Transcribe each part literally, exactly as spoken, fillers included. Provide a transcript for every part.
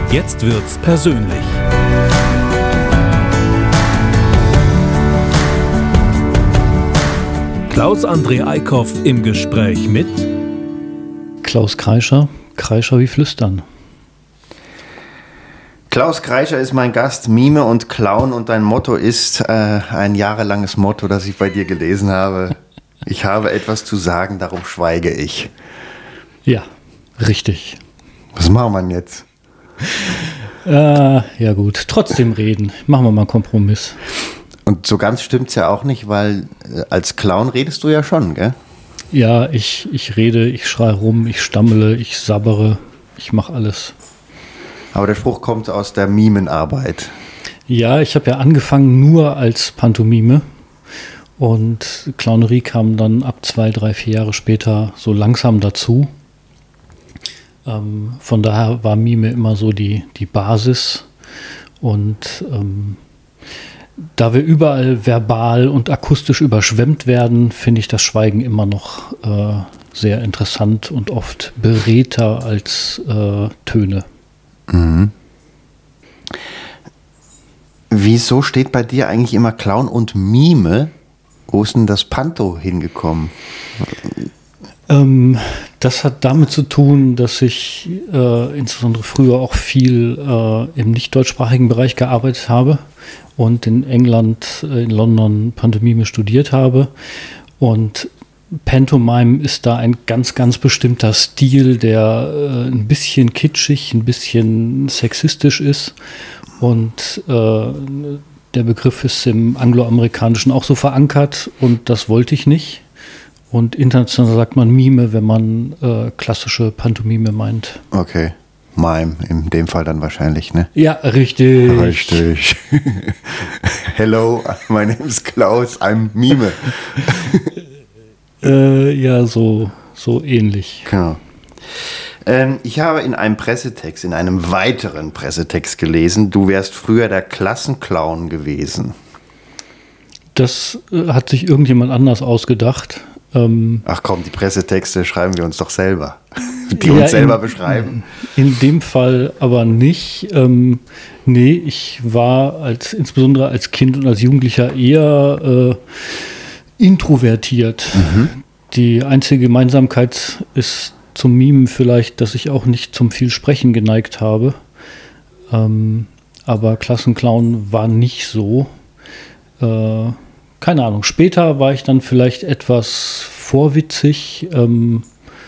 Jetzt wird's persönlich. Klaus-André Eickhoff im Gespräch mit Klaus Kreischer, Kreischer wie Flüstern. Klaus Kreischer ist mein Gast, Mime und Clown, und dein Motto ist äh, ein jahrelanges Motto, das ich bei dir gelesen habe. Ich habe etwas zu sagen, darum schweige ich. Ja, richtig. Was machen wir denn jetzt? Äh, ja gut, trotzdem reden. Machen wir mal einen Kompromiss. Und so ganz stimmt's ja auch nicht, weil äh, als Clown redest du ja schon, gell? Ja, ich, ich rede, ich schreie rum, ich stammele, ich sabbere, ich mache alles. Aber der Spruch kommt aus der Mimenarbeit. Ja, ich habe ja angefangen nur als Pantomime und Clownerie kam dann ab zwei, drei, vier Jahre später so langsam dazu. Ähm, von daher war Mime immer so die, die Basis und ähm, da wir überall verbal und akustisch überschwemmt werden, finde ich das Schweigen immer noch äh, sehr interessant und oft beredter als äh, Töne. Mhm. Wieso steht bei dir eigentlich immer Clown und Mime? Wo ist denn das Panto hingekommen? Ähm, das hat damit zu tun, dass ich äh, insbesondere früher auch viel äh, im nicht deutschsprachigen Bereich gearbeitet habe und in England, in London Pantomime studiert habe. Und Pantomime ist da ein ganz, ganz bestimmter Stil, der äh, ein bisschen kitschig, ein bisschen sexistisch ist. Und äh, der Begriff ist im Angloamerikanischen auch so verankert und das wollte ich nicht. Und international sagt man Mime, wenn man äh, klassische Pantomime meint. Okay, Mime in dem Fall dann wahrscheinlich, ne? Ja, richtig. Richtig. Hello, my name is Klaus, I'm Mime. äh, ja, so, so ähnlich. Genau. Ähm, ich habe in einem Pressetext, in einem weiteren Pressetext gelesen, du wärst früher der Klassenclown gewesen. Das äh, hat sich irgendjemand anders ausgedacht. Ähm, Ach komm, die Pressetexte schreiben wir uns doch selber, die ja, uns selber in, beschreiben. In dem Fall aber nicht. Ähm, nee, ich war als insbesondere als Kind und als Jugendlicher eher äh, introvertiert. Mhm. Die einzige Gemeinsamkeit ist zum Mimen vielleicht, dass ich auch nicht zum viel Sprechen geneigt habe. Ähm, aber Klassenclown war nicht so. Äh, Keine Ahnung, später war ich dann vielleicht etwas vorwitzig, ähm,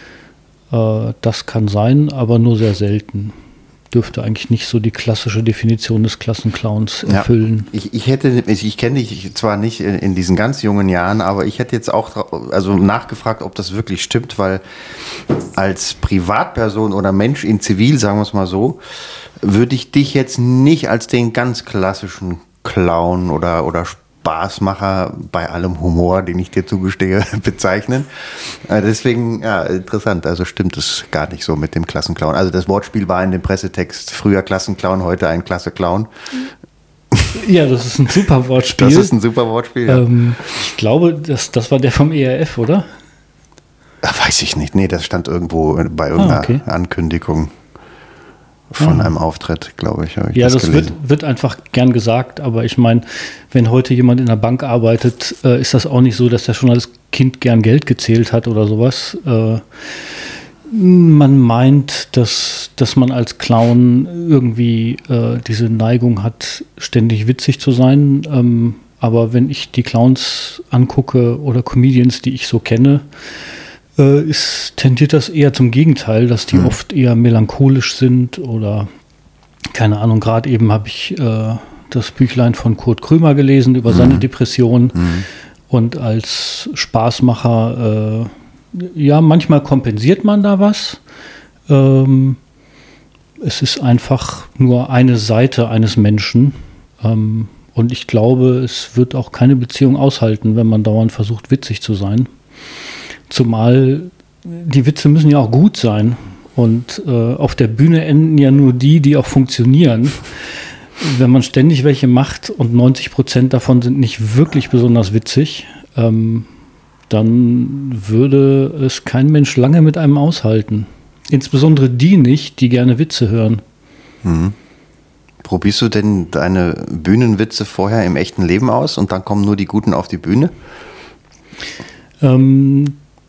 äh, das kann sein, aber nur sehr selten. Dürfte eigentlich nicht so die klassische Definition des Klassenclowns erfüllen. Ja, ich, ich hätte, ich, ich kenne dich zwar nicht in, in diesen ganz jungen Jahren, aber ich hätte jetzt auch also nachgefragt, ob das wirklich stimmt, weil als Privatperson oder Mensch in Zivil, sagen wir es mal so, würde ich dich jetzt nicht als den ganz klassischen Clown oder, oder Spaßmacher bei allem Humor, den ich dir zugestehe, bezeichnen. Äh, deswegen, ja, interessant. Also stimmt es gar nicht so mit dem Klassenclown. Also das Wortspiel war in dem Pressetext früher Klassenclown, heute ein Klasseclown. Ja, das ist ein super Wortspiel. Das ist ein super Wortspiel, ja. Ähm, ich glaube, das, das war der vom E R F, oder? Ach, weiß ich nicht. Nee, das stand irgendwo bei irgendeiner ah, okay. Ankündigung. Von ah. einem Auftritt, glaube ich. ich ja, das, das wird, wird einfach gern gesagt, aber ich meine, wenn heute jemand in der Bank arbeitet, äh, ist das auch nicht so, dass der schon als Kind gern Geld gezählt hat oder sowas. Äh, man meint, dass, dass man als Clown irgendwie äh, diese Neigung hat, ständig witzig zu sein. Ähm, aber wenn ich die Clowns angucke oder Comedians, die ich so kenne, Ist, tendiert das eher zum Gegenteil, dass die mhm. oft eher melancholisch sind oder keine Ahnung, gerade eben habe ich äh, das Büchlein von Kurt Krömer gelesen über mhm. seine Depression mhm. und als Spaßmacher, äh, ja, manchmal kompensiert man da was. Ähm, es ist einfach nur eine Seite eines Menschen ähm, und ich glaube, es wird auch keine Beziehung aushalten, wenn man dauernd versucht, witzig zu sein. Zumal die Witze müssen ja auch gut sein und äh, auf der Bühne enden ja nur die, die auch funktionieren. Wenn man ständig welche macht und neunzig Prozent davon sind nicht wirklich besonders witzig, ähm, dann würde es kein Mensch lange mit einem aushalten. Insbesondere die nicht, die gerne Witze hören. Mhm. Probierst du denn deine Bühnenwitze vorher im echten Leben aus und dann kommen nur die Guten auf die Bühne? Ähm,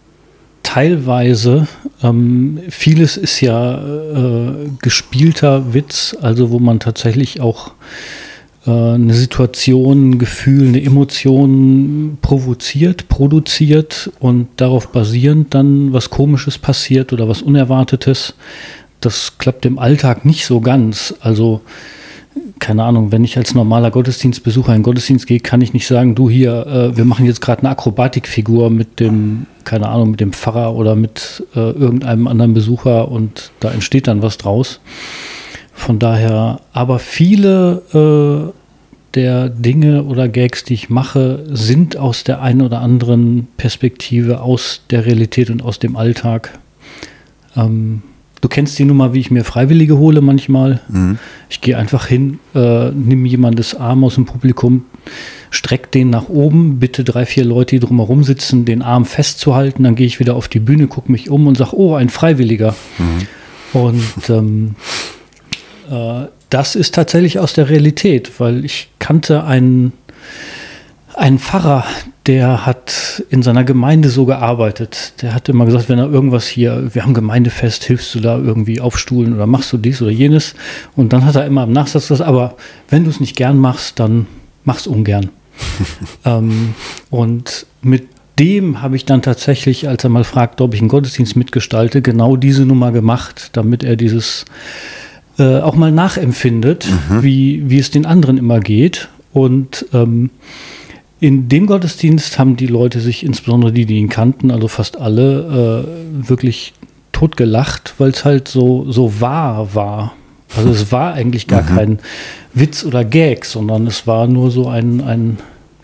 teilweise. Ähm, vieles ist ja äh, gespielter Witz, also wo man tatsächlich auch äh, eine Situation, ein Gefühl, eine Emotion provoziert, produziert und darauf basierend dann was Komisches passiert oder was Unerwartetes. Das klappt im Alltag nicht so ganz. Also keine Ahnung, wenn ich als normaler Gottesdienstbesucher in den Gottesdienst gehe, kann ich nicht sagen, du hier, äh, wir machen jetzt gerade eine Akrobatikfigur mit dem, keine Ahnung, mit dem Pfarrer oder mit äh, irgendeinem anderen Besucher und da entsteht dann was draus. Von daher, aber viele äh, der Dinge oder Gags, die ich mache, sind aus der einen oder anderen Perspektive, aus der Realität und aus dem Alltag. Ähm, Du kennst die Nummer, wie ich mir Freiwillige hole manchmal. Mhm. Ich gehe einfach hin, äh, nimm jemandes Arm aus dem Publikum, streck den nach oben, bitte drei, vier Leute, die drumherum sitzen, den Arm festzuhalten. Dann gehe ich wieder auf die Bühne, gucke mich um und sage, oh, ein Freiwilliger. Mhm. Und ähm, äh, das ist tatsächlich aus der Realität, weil ich kannte einen, einen Pfarrer, der hat in seiner Gemeinde so gearbeitet. Der hat immer gesagt, wenn er irgendwas hier, wir haben Gemeindefest, hilfst du da irgendwie aufstuhlen oder machst du dies oder jenes? Und dann hat er immer im Nachsatz gesagt, aber wenn du es nicht gern machst, dann mach's ungern. ähm, und mit dem habe ich dann tatsächlich, als er mal fragt, ob ich einen Gottesdienst mitgestalte, genau diese Nummer gemacht, damit er dieses äh, auch mal nachempfindet, mhm. wie, wie es den anderen immer geht. Und ähm, in dem Gottesdienst haben die Leute sich, insbesondere die, die ihn kannten, also fast alle, äh, wirklich totgelacht, weil es halt so, so wahr war. Also es war eigentlich gar mhm. kein Witz oder Gag, sondern es war nur so ein, ein,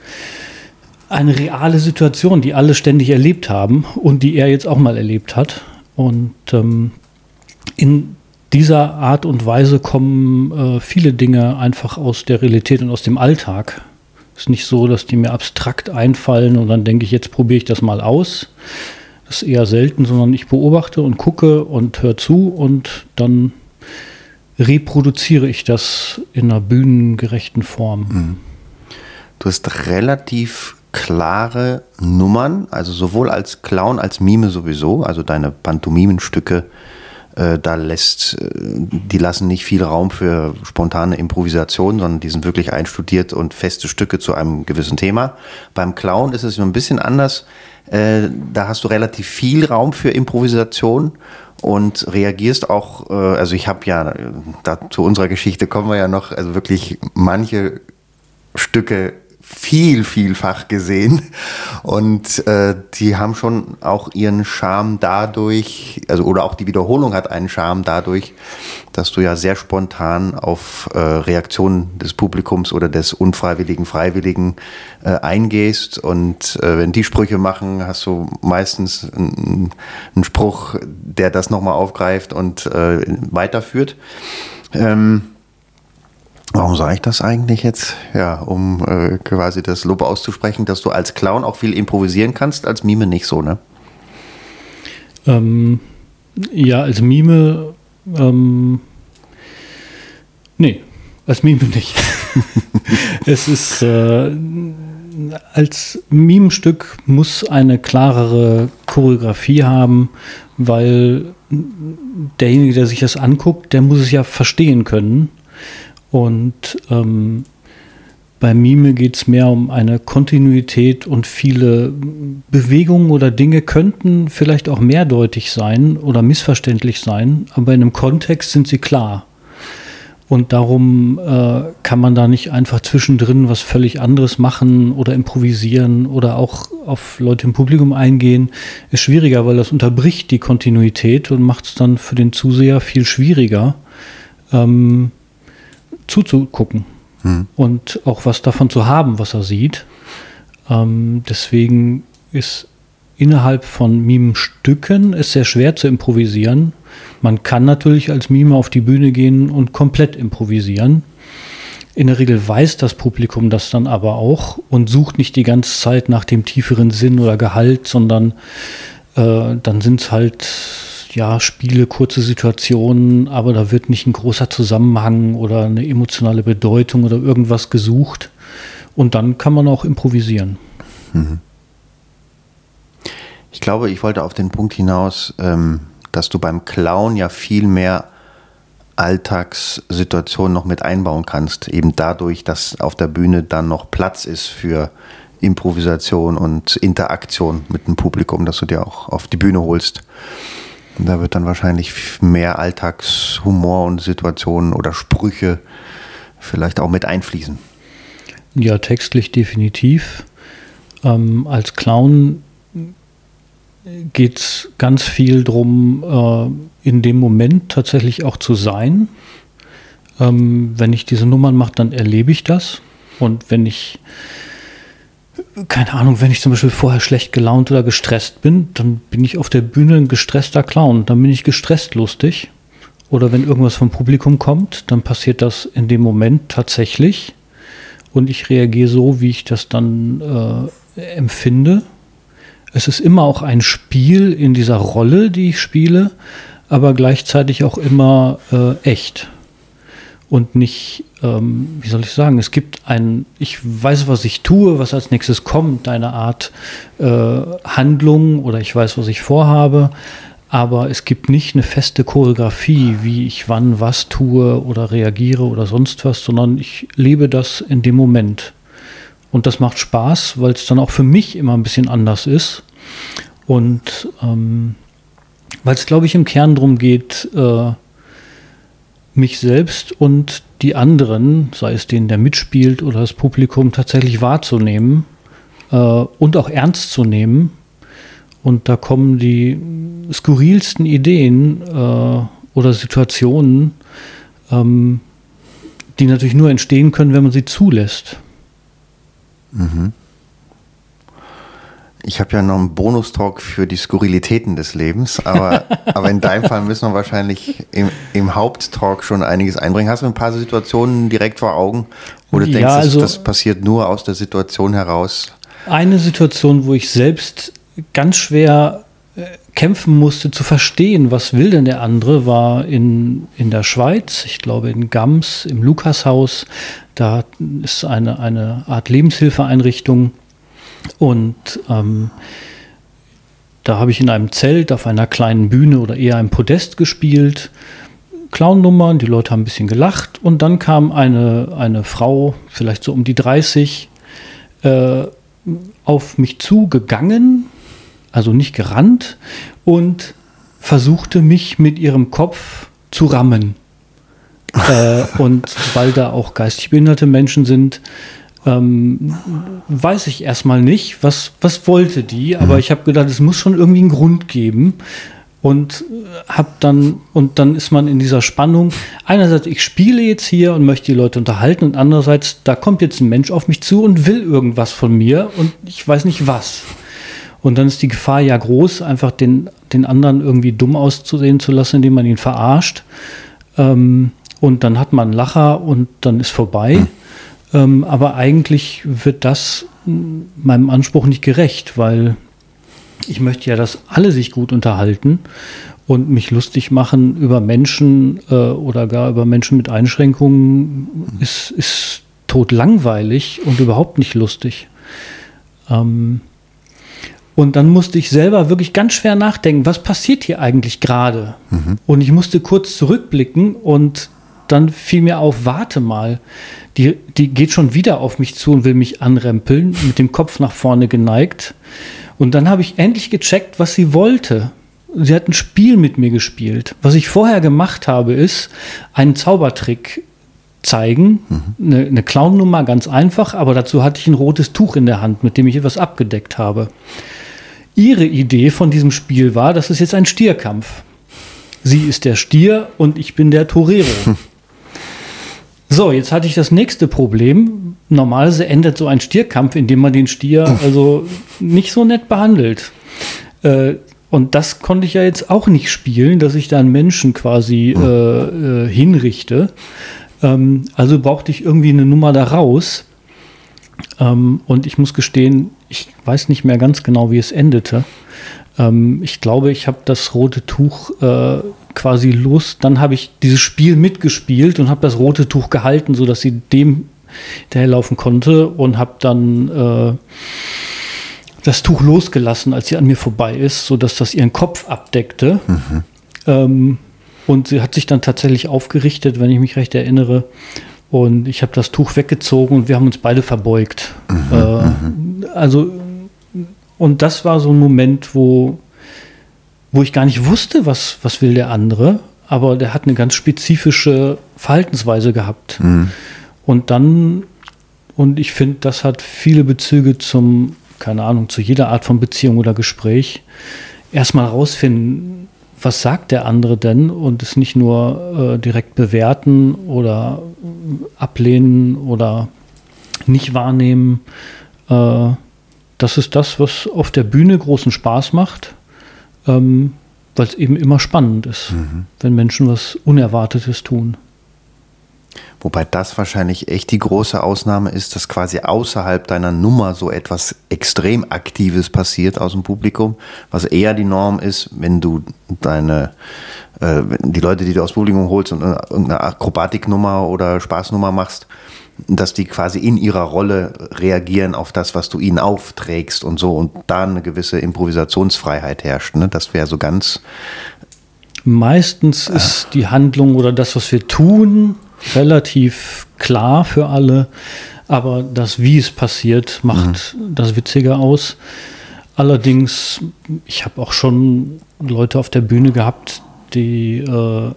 eine reale Situation, die alle ständig erlebt haben und die er jetzt auch mal erlebt hat. Und ähm, in dieser Art und Weise kommen äh, viele Dinge einfach aus der Realität und aus dem Alltag. Es ist nicht so, dass die mir abstrakt einfallen und dann denke ich, jetzt probiere ich das mal aus. Das ist eher selten, sondern ich beobachte und gucke und höre zu und dann reproduziere ich das in einer bühnengerechten Form. Du hast relativ klare Nummern, also sowohl als Clown als Mime sowieso, also deine Pantomimenstücke, äh, da lässt, die lassen nicht viel Raum für spontane Improvisation, sondern die sind wirklich einstudiert und feste Stücke zu einem gewissen Thema. Beim Clown ist es ein bisschen anders, äh, da hast du relativ viel Raum für Improvisation und reagierst auch, äh, also ich habe ja, da, zu unserer Geschichte kommen wir ja noch, also wirklich manche Stücke viel, vielfach gesehen und äh, die haben schon auch ihren Charme dadurch, also oder auch die Wiederholung hat einen Charme dadurch, dass du ja sehr spontan auf äh, Reaktionen des Publikums oder des unfreiwilligen Freiwilligen äh, eingehst und äh, wenn die Sprüche machen, hast du meistens einen, einen Spruch, der das nochmal aufgreift und äh, weiterführt. Ähm, Warum sage ich das eigentlich jetzt? Ja, um äh, quasi das Lob auszusprechen, dass du als Clown auch viel improvisieren kannst, als Mime nicht so, ne? Ähm, ja, als Mime, ähm, nee, als Mime nicht. Es ist, äh, als Mimestück muss eine klarere Choreografie haben, weil derjenige, der sich das anguckt, der muss es ja verstehen können. Und ähm, bei Mime geht es mehr um eine Kontinuität und viele Bewegungen oder Dinge könnten vielleicht auch mehrdeutig sein oder missverständlich sein, aber in einem Kontext sind sie klar. Und darum äh, kann man da nicht einfach zwischendrin was völlig anderes machen oder improvisieren oder auch auf Leute im Publikum eingehen. Ist schwieriger, weil das unterbricht die Kontinuität und macht es dann für den Zuseher viel schwieriger, ähm, zuzugucken hm. und auch was davon zu haben, was er sieht. Ähm, deswegen ist innerhalb von Mimestücken es sehr schwer zu improvisieren. Man kann natürlich als Mime auf die Bühne gehen und komplett improvisieren. In der Regel weiß das Publikum das dann aber auch und sucht nicht die ganze Zeit nach dem tieferen Sinn oder Gehalt, sondern äh, dann sind es halt ja, Spiele, kurze Situationen, aber da wird nicht ein großer Zusammenhang oder eine emotionale Bedeutung oder irgendwas gesucht. Und dann kann man auch improvisieren. Mhm. Ich glaube, ich wollte auf den Punkt hinaus, ähm, dass du beim Clown ja viel mehr Alltagssituationen noch mit einbauen kannst. Eben dadurch, dass auf der Bühne dann noch Platz ist für Improvisation und Interaktion mit dem Publikum, dass du dir auch auf die Bühne holst. Und da wird dann wahrscheinlich mehr Alltagshumor und Situationen oder Sprüche vielleicht auch mit einfließen. Ja, textlich definitiv. Ähm, als Clown geht es ganz viel darum, äh, in dem Moment tatsächlich auch zu sein. Ähm, wenn ich diese Nummern mache, dann erlebe ich das. Und wenn ich, keine Ahnung, wenn ich zum Beispiel vorher schlecht gelaunt oder gestresst bin, dann bin ich auf der Bühne ein gestresster Clown. Dann bin ich gestresst lustig. Oder wenn irgendwas vom Publikum kommt, dann passiert das in dem Moment tatsächlich. Und ich reagiere so, wie ich das dann äh, empfinde. Es ist immer auch ein Spiel in dieser Rolle, die ich spiele, aber gleichzeitig auch immer äh, echt. Und nicht, ähm, wie soll ich sagen, es gibt ein, ich weiß, was ich tue, was als nächstes kommt, eine Art äh, Handlung oder ich weiß, was ich vorhabe, aber es gibt nicht eine feste Choreografie, wie ich wann was tue oder reagiere oder sonst was, sondern ich lebe das in dem Moment. Und das macht Spaß, weil es dann auch für mich immer ein bisschen anders ist. Und ähm, weil es, glaube ich, im Kern darum geht, äh, mich selbst und die anderen, sei es den, der mitspielt oder das Publikum, tatsächlich wahrzunehmen äh, und auch ernst zu nehmen. Und da kommen die skurrilsten Ideen äh, oder Situationen, ähm, die natürlich nur entstehen können, wenn man sie zulässt. Mhm. Ich habe ja noch einen Bonustalk für die Skurrilitäten des Lebens, aber, aber in deinem Fall müssen wir wahrscheinlich im, im Haupttalk schon einiges einbringen. Hast du ein paar Situationen direkt vor Augen, wo du ja, denkst, also, das passiert nur aus der Situation heraus? Eine Situation, wo ich selbst ganz schwer äh, kämpfen musste, zu verstehen, was will denn der andere, war in, in der Schweiz, ich glaube in Gams, im Lukashaus. Da ist eine, eine Art Lebenshilfeeinrichtung. Und ähm, da habe ich in einem Zelt auf einer kleinen Bühne oder eher einem Podest gespielt. Clown-Nummern, die Leute haben ein bisschen gelacht. Und dann kam eine, eine Frau, vielleicht so um die dreißig, äh, auf mich zugegangen, also nicht gerannt, und versuchte mich mit ihrem Kopf zu rammen. äh, und weil da auch geistig behinderte Menschen sind, Ähm, weiß ich erstmal nicht, was, was wollte die, aber ich habe gedacht, es muss schon irgendwie einen Grund geben und hab dann, und dann ist man in dieser Spannung, einerseits, ich spiele jetzt hier und möchte die Leute unterhalten und andererseits, da kommt jetzt ein Mensch auf mich zu und will irgendwas von mir und ich weiß nicht was. Und dann ist die Gefahr ja groß, einfach den, den anderen irgendwie dumm auszusehen zu lassen, indem man ihn verarscht. Ähm, und dann hat man einen Lacher und dann ist vorbei. Mhm. Ähm, aber eigentlich wird das meinem Anspruch nicht gerecht, weil ich möchte ja, dass alle sich gut unterhalten und mich lustig machen über Menschen äh, oder gar über Menschen mit Einschränkungen ist, ist totlangweilig und überhaupt nicht lustig. Ähm, und dann musste ich selber wirklich ganz schwer nachdenken, was passiert hier eigentlich gerade? Mhm. Und ich musste kurz zurückblicken und dann fiel mir auf, warte mal, die, die geht schon wieder auf mich zu und will mich anrempeln, mit dem Kopf nach vorne geneigt. Und dann habe ich endlich gecheckt, was sie wollte. Sie hat ein Spiel mit mir gespielt. Was ich vorher gemacht habe, ist einen Zaubertrick zeigen, mhm. eine, eine Clown-Nummer, ganz einfach, aber dazu hatte ich ein rotes Tuch in der Hand, mit dem ich etwas abgedeckt habe. Ihre Idee von diesem Spiel war, das ist jetzt ein Stierkampf. Sie ist der Stier und ich bin der Torero. So, jetzt hatte ich das nächste Problem. Normalerweise endet so ein Stierkampf, indem man den Stier also nicht so nett behandelt. Äh, und das konnte ich ja jetzt auch nicht spielen, dass ich da einen Menschen quasi äh, äh, hinrichte. Ähm, also brauchte ich irgendwie eine Nummer da raus. Ähm, und ich muss gestehen, ich weiß nicht mehr ganz genau, wie es endete. Ähm, ich glaube, ich habe das rote Tuch äh, quasi los, dann habe ich dieses Spiel mitgespielt und habe das rote Tuch gehalten, sodass sie dem hinterherlaufen konnte und habe dann äh, das Tuch losgelassen, als sie an mir vorbei ist, sodass das ihren Kopf abdeckte. Mhm. Ähm, und sie hat sich dann tatsächlich aufgerichtet, wenn ich mich recht erinnere. Und ich habe das Tuch weggezogen und wir haben uns beide verbeugt. Mhm. Äh, also, und das war so ein Moment, wo wo ich gar nicht wusste, was, was will der andere, aber der hat eine ganz spezifische Verhaltensweise gehabt. Mhm. Und dann, und ich finde, das hat viele Bezüge zum, keine Ahnung, zu jeder Art von Beziehung oder Gespräch. Erstmal rausfinden, was sagt der andere denn und es nicht nur äh, direkt bewerten oder ablehnen oder nicht wahrnehmen. Äh, das ist das, was auf der Bühne großen Spaß macht. Ähm, weil es eben immer spannend ist, mhm. wenn Menschen was Unerwartetes tun. Wobei das wahrscheinlich echt die große Ausnahme ist, dass quasi außerhalb deiner Nummer so etwas extrem Aktives passiert aus dem Publikum, was eher die Norm ist, wenn du deine, äh, die Leute, die du aus dem Publikum holst und irgendeine Akrobatiknummer oder Spaßnummer machst, dass die quasi in ihrer Rolle reagieren auf das, was du ihnen aufträgst und so und da eine gewisse Improvisationsfreiheit herrscht. Ne? Das wäre so ganz... Meistens äh. ist die Handlung oder das, was wir tun, relativ klar für alle, aber das, wie es passiert, macht mhm. das witziger aus. Allerdings, ich habe auch schon Leute auf der Bühne gehabt, die... Äh,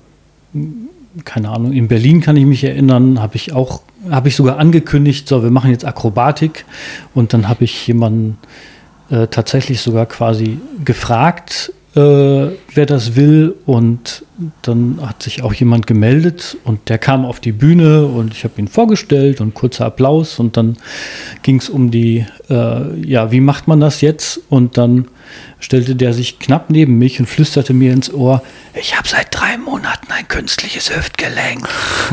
keine Ahnung, in Berlin kann ich mich erinnern, habe ich auch, habe ich sogar angekündigt, so, wir machen jetzt Akrobatik und dann habe ich jemanden äh, tatsächlich sogar quasi gefragt, äh, wer das will und dann hat sich auch jemand gemeldet und der kam auf die Bühne und ich habe ihn vorgestellt und kurzer Applaus und dann ging es um die, äh, ja, wie macht man das jetzt? Und dann stellte der sich knapp neben mich und flüsterte mir ins Ohr, ich habe seit drei Monaten ein künstliches Hüftgelenk.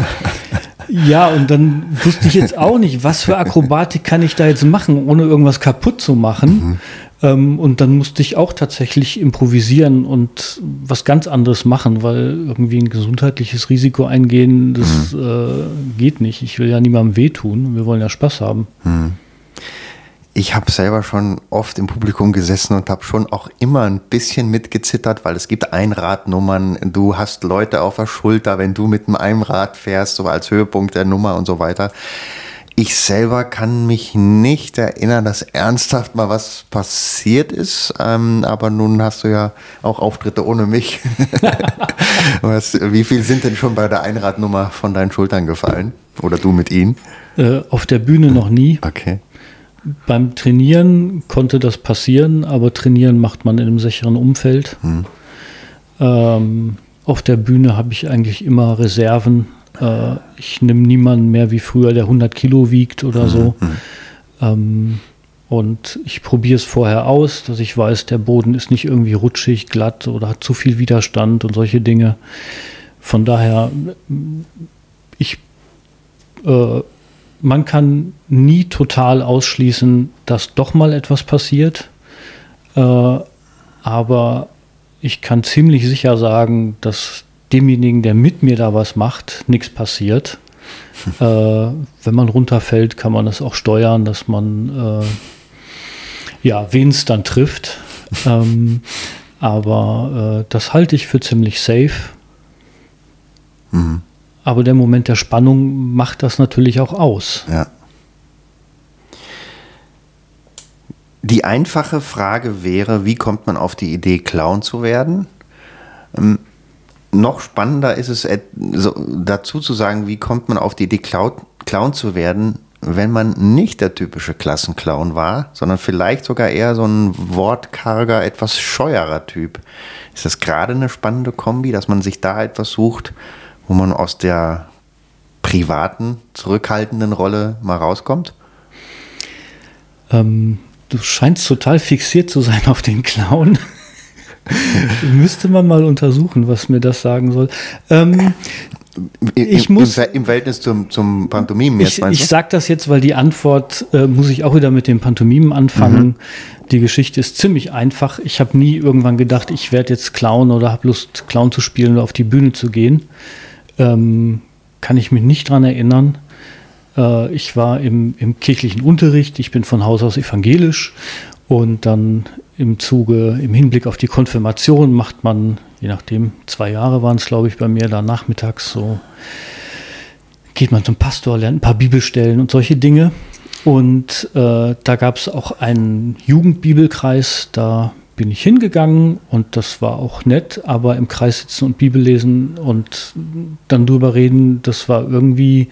Ja, und dann wusste ich jetzt auch nicht, was für Akrobatik kann ich da jetzt machen, ohne irgendwas kaputt zu machen. Mhm. Ähm, und dann musste ich auch tatsächlich improvisieren und was ganz anderes machen, weil irgendwie ein gesundheitliches Risiko eingehen, das mhm. äh, geht nicht. Ich will ja niemandem wehtun, wir wollen ja Spaß haben. Mhm. Ich habe selber schon oft im Publikum gesessen und habe schon auch immer ein bisschen mitgezittert, weil es gibt Einradnummern, du hast Leute auf der Schulter, wenn du mit einem Rad fährst, so als Höhepunkt der Nummer und so weiter. Ich selber kann mich nicht erinnern, dass ernsthaft mal was passiert ist, ähm, aber nun hast du ja auch Auftritte ohne mich. was, wie viel sind denn schon bei der Einradnummer von deinen Schultern gefallen? Oder du mit ihnen? Äh, auf der Bühne noch nie. Okay. Beim Trainieren konnte das passieren, aber Trainieren macht man in einem sicheren Umfeld. Hm. Ähm, auf der Bühne habe ich eigentlich immer Reserven. Äh, ich nehme niemanden mehr wie früher, der hundert Kilo wiegt oder hm. so. Hm. Ähm, und ich probiere es vorher aus, dass ich weiß, der Boden ist nicht irgendwie rutschig, glatt oder hat zu viel Widerstand und solche Dinge. Von daher, ich äh, man kann nie total ausschließen, dass doch mal etwas passiert. Äh, aber ich kann ziemlich sicher sagen, dass demjenigen, der mit mir da was macht, nichts passiert. äh, wenn man runterfällt, kann man das auch steuern, dass man, äh, ja, wen es dann trifft. ähm, aber äh, das halte ich für ziemlich safe. Mhm. Aber der Moment der Spannung macht das natürlich auch aus. Ja. Die einfache Frage wäre, wie kommt man auf die Idee, Clown zu werden? Ähm, noch spannender ist es, äh, so, dazu zu sagen, wie kommt man auf die Idee, Clown, Clown zu werden, wenn man nicht der typische Klassenclown war, sondern vielleicht sogar eher so ein wortkarger, etwas scheuerer Typ. Ist das gerade eine spannende Kombi, dass man sich da etwas sucht, wo man aus der privaten, zurückhaltenden Rolle mal rauskommt? Ähm, du scheinst total fixiert zu sein auf den Clown. Müsste man mal untersuchen, was mir das sagen soll. Ähm, ich Im, muss, im, Im Verhältnis zum, zum Pantomimen jetzt, ich, meinst du? ich sage das jetzt, weil die Antwort äh, muss ich auch wieder mit den Pantomimen anfangen. Mhm. Die Geschichte ist ziemlich einfach. Ich habe nie irgendwann gedacht, ich werde jetzt Clown oder habe Lust, Clown zu spielen oder auf die Bühne zu gehen. Ähm, kann ich mich nicht dran erinnern. Äh, ich war im, im kirchlichen Unterricht. Ich bin von Haus aus evangelisch. Und dann im Zuge, im Hinblick auf die Konfirmation macht man, je nachdem, zwei Jahre waren es, glaube ich, bei mir, da nachmittags so, geht man zum Pastor, lernt ein paar Bibelstellen und solche Dinge. Und äh, da gab es auch einen Jugendbibelkreis, da bin ich hingegangen und das war auch nett, aber im Kreis sitzen und Bibel lesen und dann drüber reden, das war irgendwie,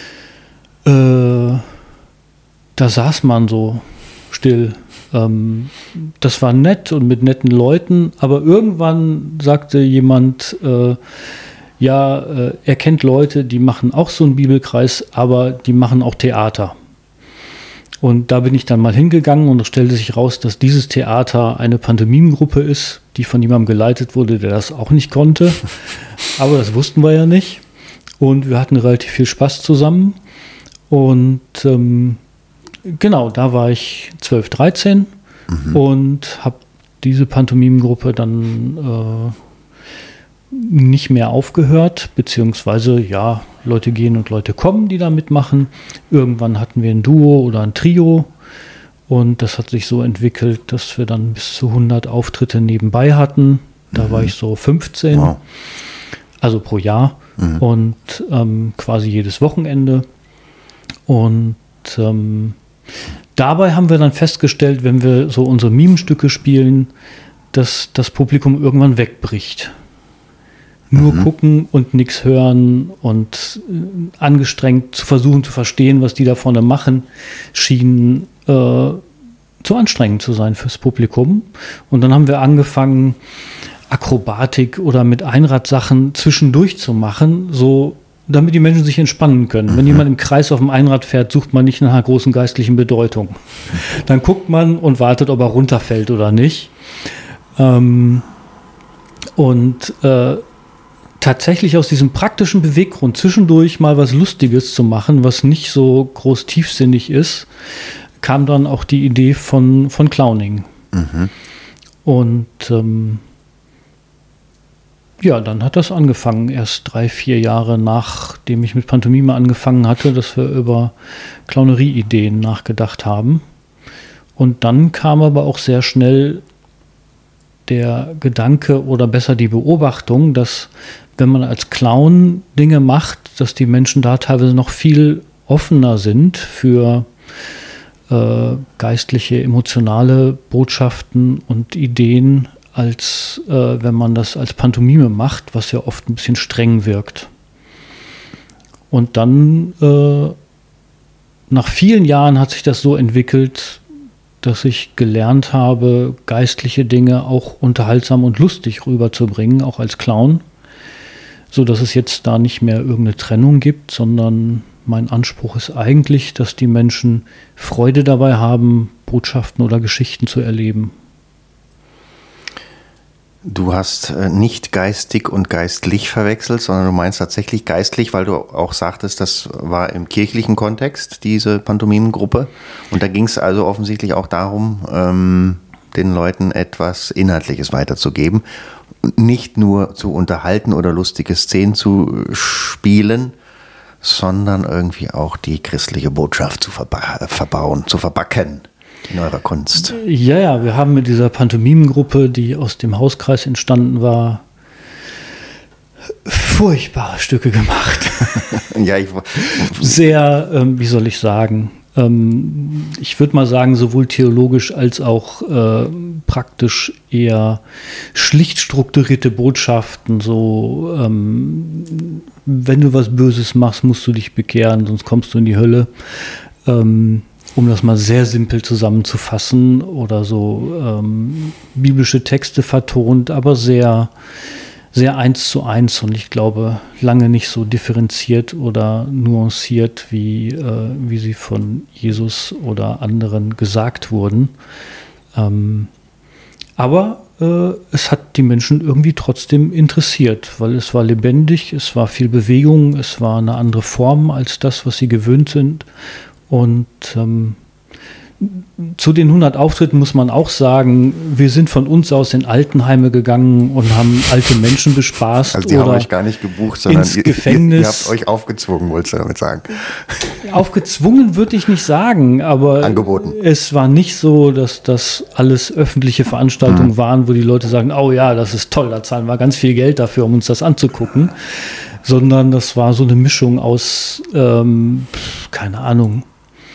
äh, da saß man so still. Ähm, das war nett und mit netten Leuten, aber irgendwann sagte jemand, äh, ja, äh, er kennt Leute, die machen auch so einen Bibelkreis, aber die machen auch Theater. Und da bin ich dann mal hingegangen und es stellte sich raus, dass dieses Theater eine Pantomimengruppe ist, die von jemandem geleitet wurde, der das auch nicht konnte. Aber das wussten wir ja nicht. Und wir hatten relativ viel Spaß zusammen. Und ähm, genau, da war ich zwölf, dreizehn mhm. und habe diese Pantomimengruppe dann äh, nicht mehr aufgehört, beziehungsweise ja, Leute gehen und Leute kommen, die da mitmachen. Irgendwann hatten wir ein Duo oder ein Trio und das hat sich so entwickelt, dass wir dann bis zu hundert Auftritte nebenbei hatten. Da mhm. war ich so fünfzehn, wow. also pro Jahr mhm. und ähm, quasi jedes Wochenende. Und ähm, dabei haben wir dann festgestellt, wenn wir so unsere Mimenstücke spielen, dass das Publikum irgendwann wegbricht. Nur mhm. gucken und nichts hören und äh, angestrengt zu versuchen zu verstehen, was die da vorne machen, schien äh, zu anstrengend zu sein fürs Publikum. Und dann haben wir angefangen, Akrobatik oder mit Einradsachen zwischendurch zu machen, so damit die Menschen sich entspannen können. Mhm. Wenn jemand im Kreis auf dem Einrad fährt, sucht man nicht nach einer großen geistlichen Bedeutung. Dann guckt man und wartet, ob er runterfällt oder nicht. Ähm, und äh, tatsächlich aus diesem praktischen Beweggrund zwischendurch mal was Lustiges zu machen, was nicht so groß tiefsinnig ist, kam dann auch die Idee von, von Clowning. Mhm. Und ähm, ja, dann hat das angefangen, erst drei, vier Jahre nachdem ich mit Pantomime angefangen hatte, dass wir über Clownerie-Ideen nachgedacht haben. Und dann kam aber auch sehr schnell der Gedanke oder besser die Beobachtung, dass wenn man als Clown Dinge macht, dass die Menschen da teilweise noch viel offener sind für äh, geistliche, emotionale Botschaften und Ideen, als äh, wenn man das als Pantomime macht, was ja oft ein bisschen streng wirkt. Und dann, äh, nach vielen Jahren hat sich das so entwickelt, dass ich gelernt habe, geistliche Dinge auch unterhaltsam und lustig rüberzubringen, auch als Clown, so dass es jetzt da nicht mehr irgendeine Trennung gibt, sondern mein Anspruch ist eigentlich, dass die Menschen Freude dabei haben, Botschaften oder Geschichten zu erleben. Du hast äh, nicht geistig und geistlich verwechselt, sondern du meinst tatsächlich geistlich, weil du auch sagtest, das war im kirchlichen Kontext, diese Pantomimengruppe. Und da ging es also offensichtlich auch darum, ähm, den Leuten etwas Inhaltliches weiterzugeben. Nicht nur zu unterhalten oder lustige Szenen zu spielen, sondern irgendwie auch die christliche Botschaft zu verba- verbauen, zu verbacken. In eurer Kunst. Ja, ja, wir haben mit dieser Pantomimengruppe, die aus dem Hauskreis entstanden war, furchtbare Stücke gemacht. ja, ich Sehr, ähm, wie soll ich sagen, ähm, ich würde mal sagen, sowohl theologisch als auch äh, praktisch eher schlicht strukturierte Botschaften, so ähm, wenn du was Böses machst, musst du dich bekehren, sonst kommst du in die Hölle. Ähm, um das mal sehr simpel zusammenzufassen, oder so ähm, biblische Texte vertont, aber sehr, sehr eins zu eins und ich glaube lange nicht so differenziert oder nuanciert, wie, äh, wie sie von Jesus oder anderen gesagt wurden. Ähm, aber äh, es hat die Menschen irgendwie trotzdem interessiert, weil es war lebendig, es war viel Bewegung, es war eine andere Form als das, was sie gewöhnt sind. Und ähm, zu den hundert Auftritten muss man auch sagen, wir sind von uns aus in Altenheime gegangen und haben alte Menschen bespaßt. Also die haben euch gar nicht gebucht, sondern ins ihr, Gefängnis. Ihr, ihr habt euch aufgezwungen, wolltest du damit sagen. Aufgezwungen würde ich nicht sagen, aber angeboten. Es war nicht so, dass das alles öffentliche Veranstaltungen mhm. waren, wo die Leute sagen, oh ja, das ist toll, da zahlen wir ganz viel Geld dafür, um uns das anzugucken. Sondern das war so eine Mischung aus, ähm, keine Ahnung,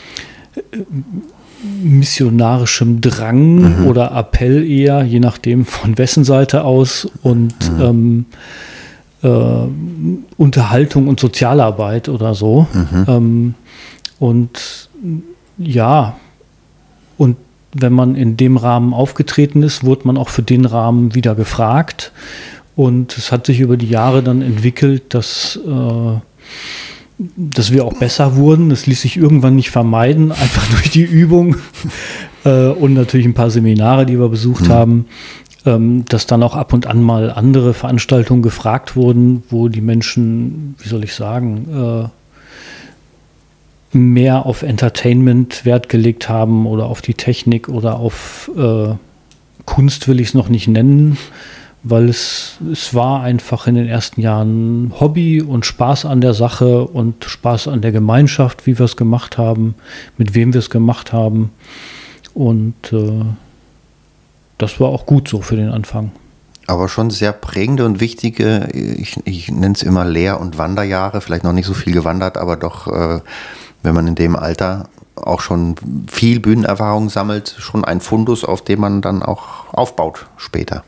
missionarischem Drang mhm. oder Appell eher, je nachdem von wessen Seite aus, und mhm. ähm, äh, Unterhaltung und Sozialarbeit oder so. Mhm. Ähm, und ja, und wenn man in dem Rahmen aufgetreten ist, wurde man auch für den Rahmen wieder gefragt. Und es hat sich über die Jahre dann entwickelt, dass äh, dass wir auch besser wurden. Das ließ sich irgendwann nicht vermeiden, einfach durch die Übung äh, und natürlich ein paar Seminare, die wir besucht mhm. haben, ähm, dass dann auch ab und an mal andere Veranstaltungen gefragt wurden, wo die Menschen, wie soll ich sagen, äh, mehr auf Entertainment Wert gelegt haben oder auf die Technik oder auf äh, Kunst, will ich es noch nicht nennen, weil es, es war einfach in den ersten Jahren Hobby und Spaß an der Sache und Spaß an der Gemeinschaft, wie wir es gemacht haben, mit wem wir es gemacht haben. Und äh, das war auch gut so für den Anfang. Aber schon sehr prägende und wichtige, ich, ich nenne es immer Lehr- und Wanderjahre, vielleicht noch nicht so viel gewandert, aber doch, äh, wenn man in dem Alter auch schon viel Bühnenerfahrung sammelt, schon ein Fundus, auf dem man dann auch aufbaut später.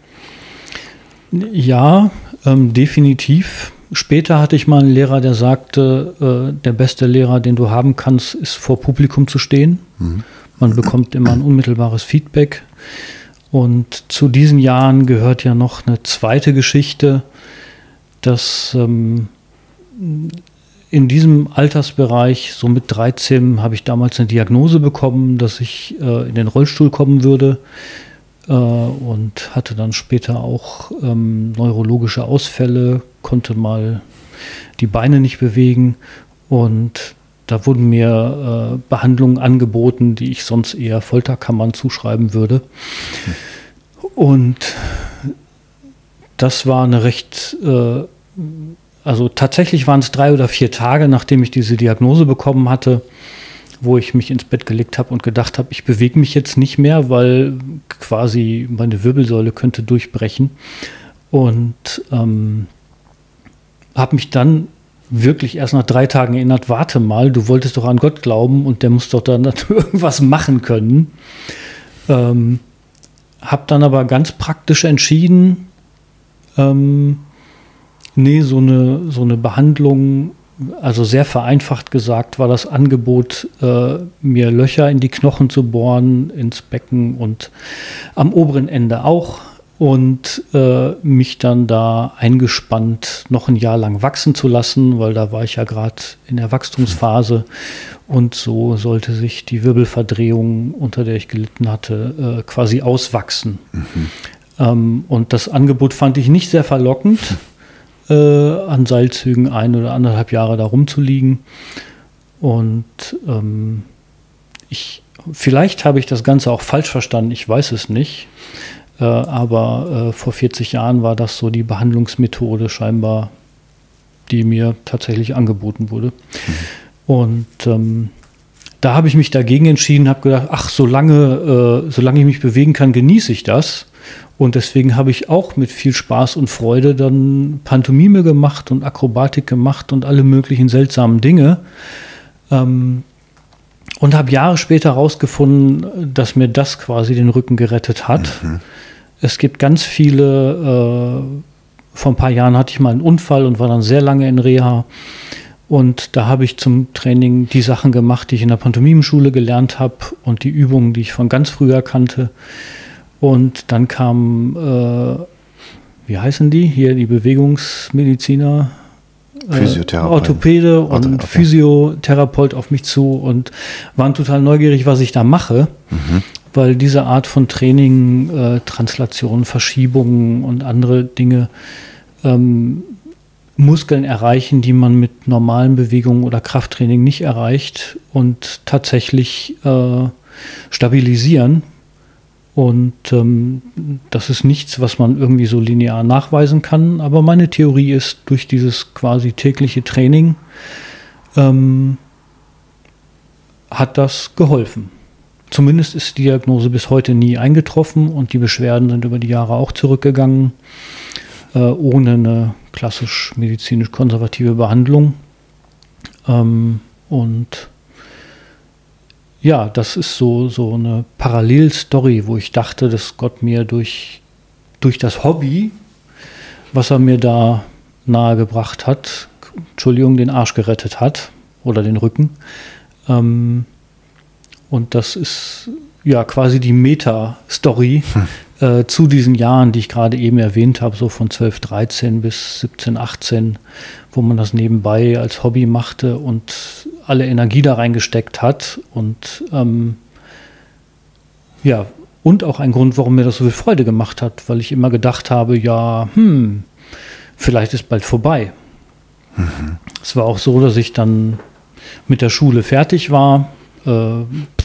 Ja, ähm, definitiv. Später hatte ich mal einen Lehrer, der sagte, äh, der beste Lehrer, den du haben kannst, ist vor Publikum zu stehen. Mhm. Man bekommt immer ein unmittelbares Feedback. Und zu diesen Jahren gehört ja noch eine zweite Geschichte, dass ähm, in diesem Altersbereich, so mit dreizehn, habe ich damals eine Diagnose bekommen, dass ich äh, in den Rollstuhl kommen würde. Und hatte dann später auch ähm, neurologische Ausfälle, konnte mal die Beine nicht bewegen, und da wurden mir äh, Behandlungen angeboten, die ich sonst eher Folterkammern zuschreiben würde. Mhm. Und das war eine recht, äh, also tatsächlich waren es drei oder vier Tage, nachdem ich diese Diagnose bekommen hatte, wo ich mich ins Bett gelegt habe und gedacht habe, ich bewege mich jetzt nicht mehr, weil quasi meine Wirbelsäule könnte durchbrechen. Und ähm, habe mich dann wirklich erst nach drei Tagen erinnert, warte mal, du wolltest doch an Gott glauben und der muss doch dann irgendwas machen können. Ähm, habe dann aber ganz praktisch entschieden, ähm, nee, so eine, so eine Behandlung, also sehr vereinfacht gesagt, war das Angebot, äh, mir Löcher in die Knochen zu bohren, ins Becken und am oberen Ende auch, und äh, mich dann da eingespannt noch ein Jahr lang wachsen zu lassen, weil da war ich ja gerade in der Wachstumsphase, und so sollte sich die Wirbelverdrehung, unter der ich gelitten hatte, äh, quasi auswachsen. Mhm. Ähm, und das Angebot fand ich nicht sehr verlockend, an Seilzügen ein oder anderthalb Jahre da rumzuliegen. Und ähm, ich, vielleicht habe ich das Ganze auch falsch verstanden, ich weiß es nicht. Äh, aber äh, vor vierzig Jahren war das so die Behandlungsmethode scheinbar, die mir tatsächlich angeboten wurde. Mhm. Und ähm, da habe ich mich dagegen entschieden, habe gedacht, ach, solange, äh, solange ich mich bewegen kann, genieße ich das. Und deswegen habe ich auch mit viel Spaß und Freude dann Pantomime gemacht und Akrobatik gemacht und alle möglichen seltsamen Dinge. Ähm, und habe Jahre später herausgefunden, dass mir das quasi den Rücken gerettet hat. Mhm. Es gibt ganz viele, äh, vor ein paar Jahren hatte ich mal einen Unfall und war dann sehr lange in Reha. Und da habe ich zum Training die Sachen gemacht, die ich in der Pantomimenschule gelernt habe, und die Übungen, die ich von ganz früher kannte. Und dann kam, äh, wie heißen die? Hier die Bewegungsmediziner, äh, Orthopäde und okay. Physiotherapeut auf mich zu und waren total neugierig, was ich da mache. Mhm. weil diese Art von Training, äh, Translation, Verschiebungen und andere Dinge ähm, Muskeln erreichen, die man mit normalen Bewegungen oder Krafttraining nicht erreicht und tatsächlich äh, stabilisieren. Und ähm, das ist nichts, was man irgendwie so linear nachweisen kann. Aber meine Theorie ist, durch dieses quasi tägliche Training ähm, hat das geholfen. Zumindest ist die Diagnose bis heute nie eingetroffen und die Beschwerden sind über die Jahre auch zurückgegangen, äh, ohne eine klassisch medizinisch-konservative Behandlung. Ähm, und ja, das ist so, so eine Parallelstory, wo ich dachte, dass Gott mir durch, durch das Hobby, was er mir da nahegebracht hat, Entschuldigung, den Arsch gerettet hat oder den Rücken. Ähm, und das ist ja quasi die Meta-Story hm. äh, zu diesen Jahren, die ich gerade eben erwähnt habe, so von zwölf, dreizehn bis siebzehn, achtzehn, wo man das nebenbei als Hobby machte und alle Energie da reingesteckt hat. Und ähm, ja, und auch ein Grund, warum mir das so viel Freude gemacht hat, weil ich immer gedacht habe, ja, hm, vielleicht ist bald vorbei. Mhm. Es war auch so, dass ich dann mit der Schule fertig war. Äh,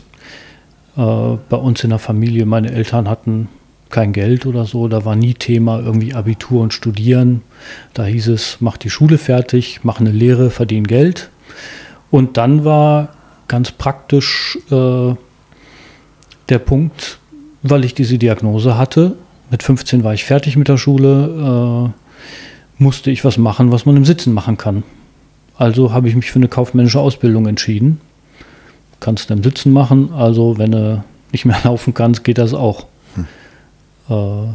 äh, bei uns in der Familie, meine Eltern hatten kein Geld oder so, da war nie Thema irgendwie Abitur und Studieren. Da hieß es, mach die Schule fertig, mach eine Lehre, verdien Geld. Und dann war ganz praktisch äh, der Punkt, weil ich diese Diagnose hatte, mit fünfzehn war ich fertig mit der Schule, äh, musste ich was machen, was man im Sitzen machen kann. Also habe ich mich für eine kaufmännische Ausbildung entschieden. Kannst du im Sitzen machen, also wenn du nicht mehr laufen kannst, geht das auch. Hm. Äh,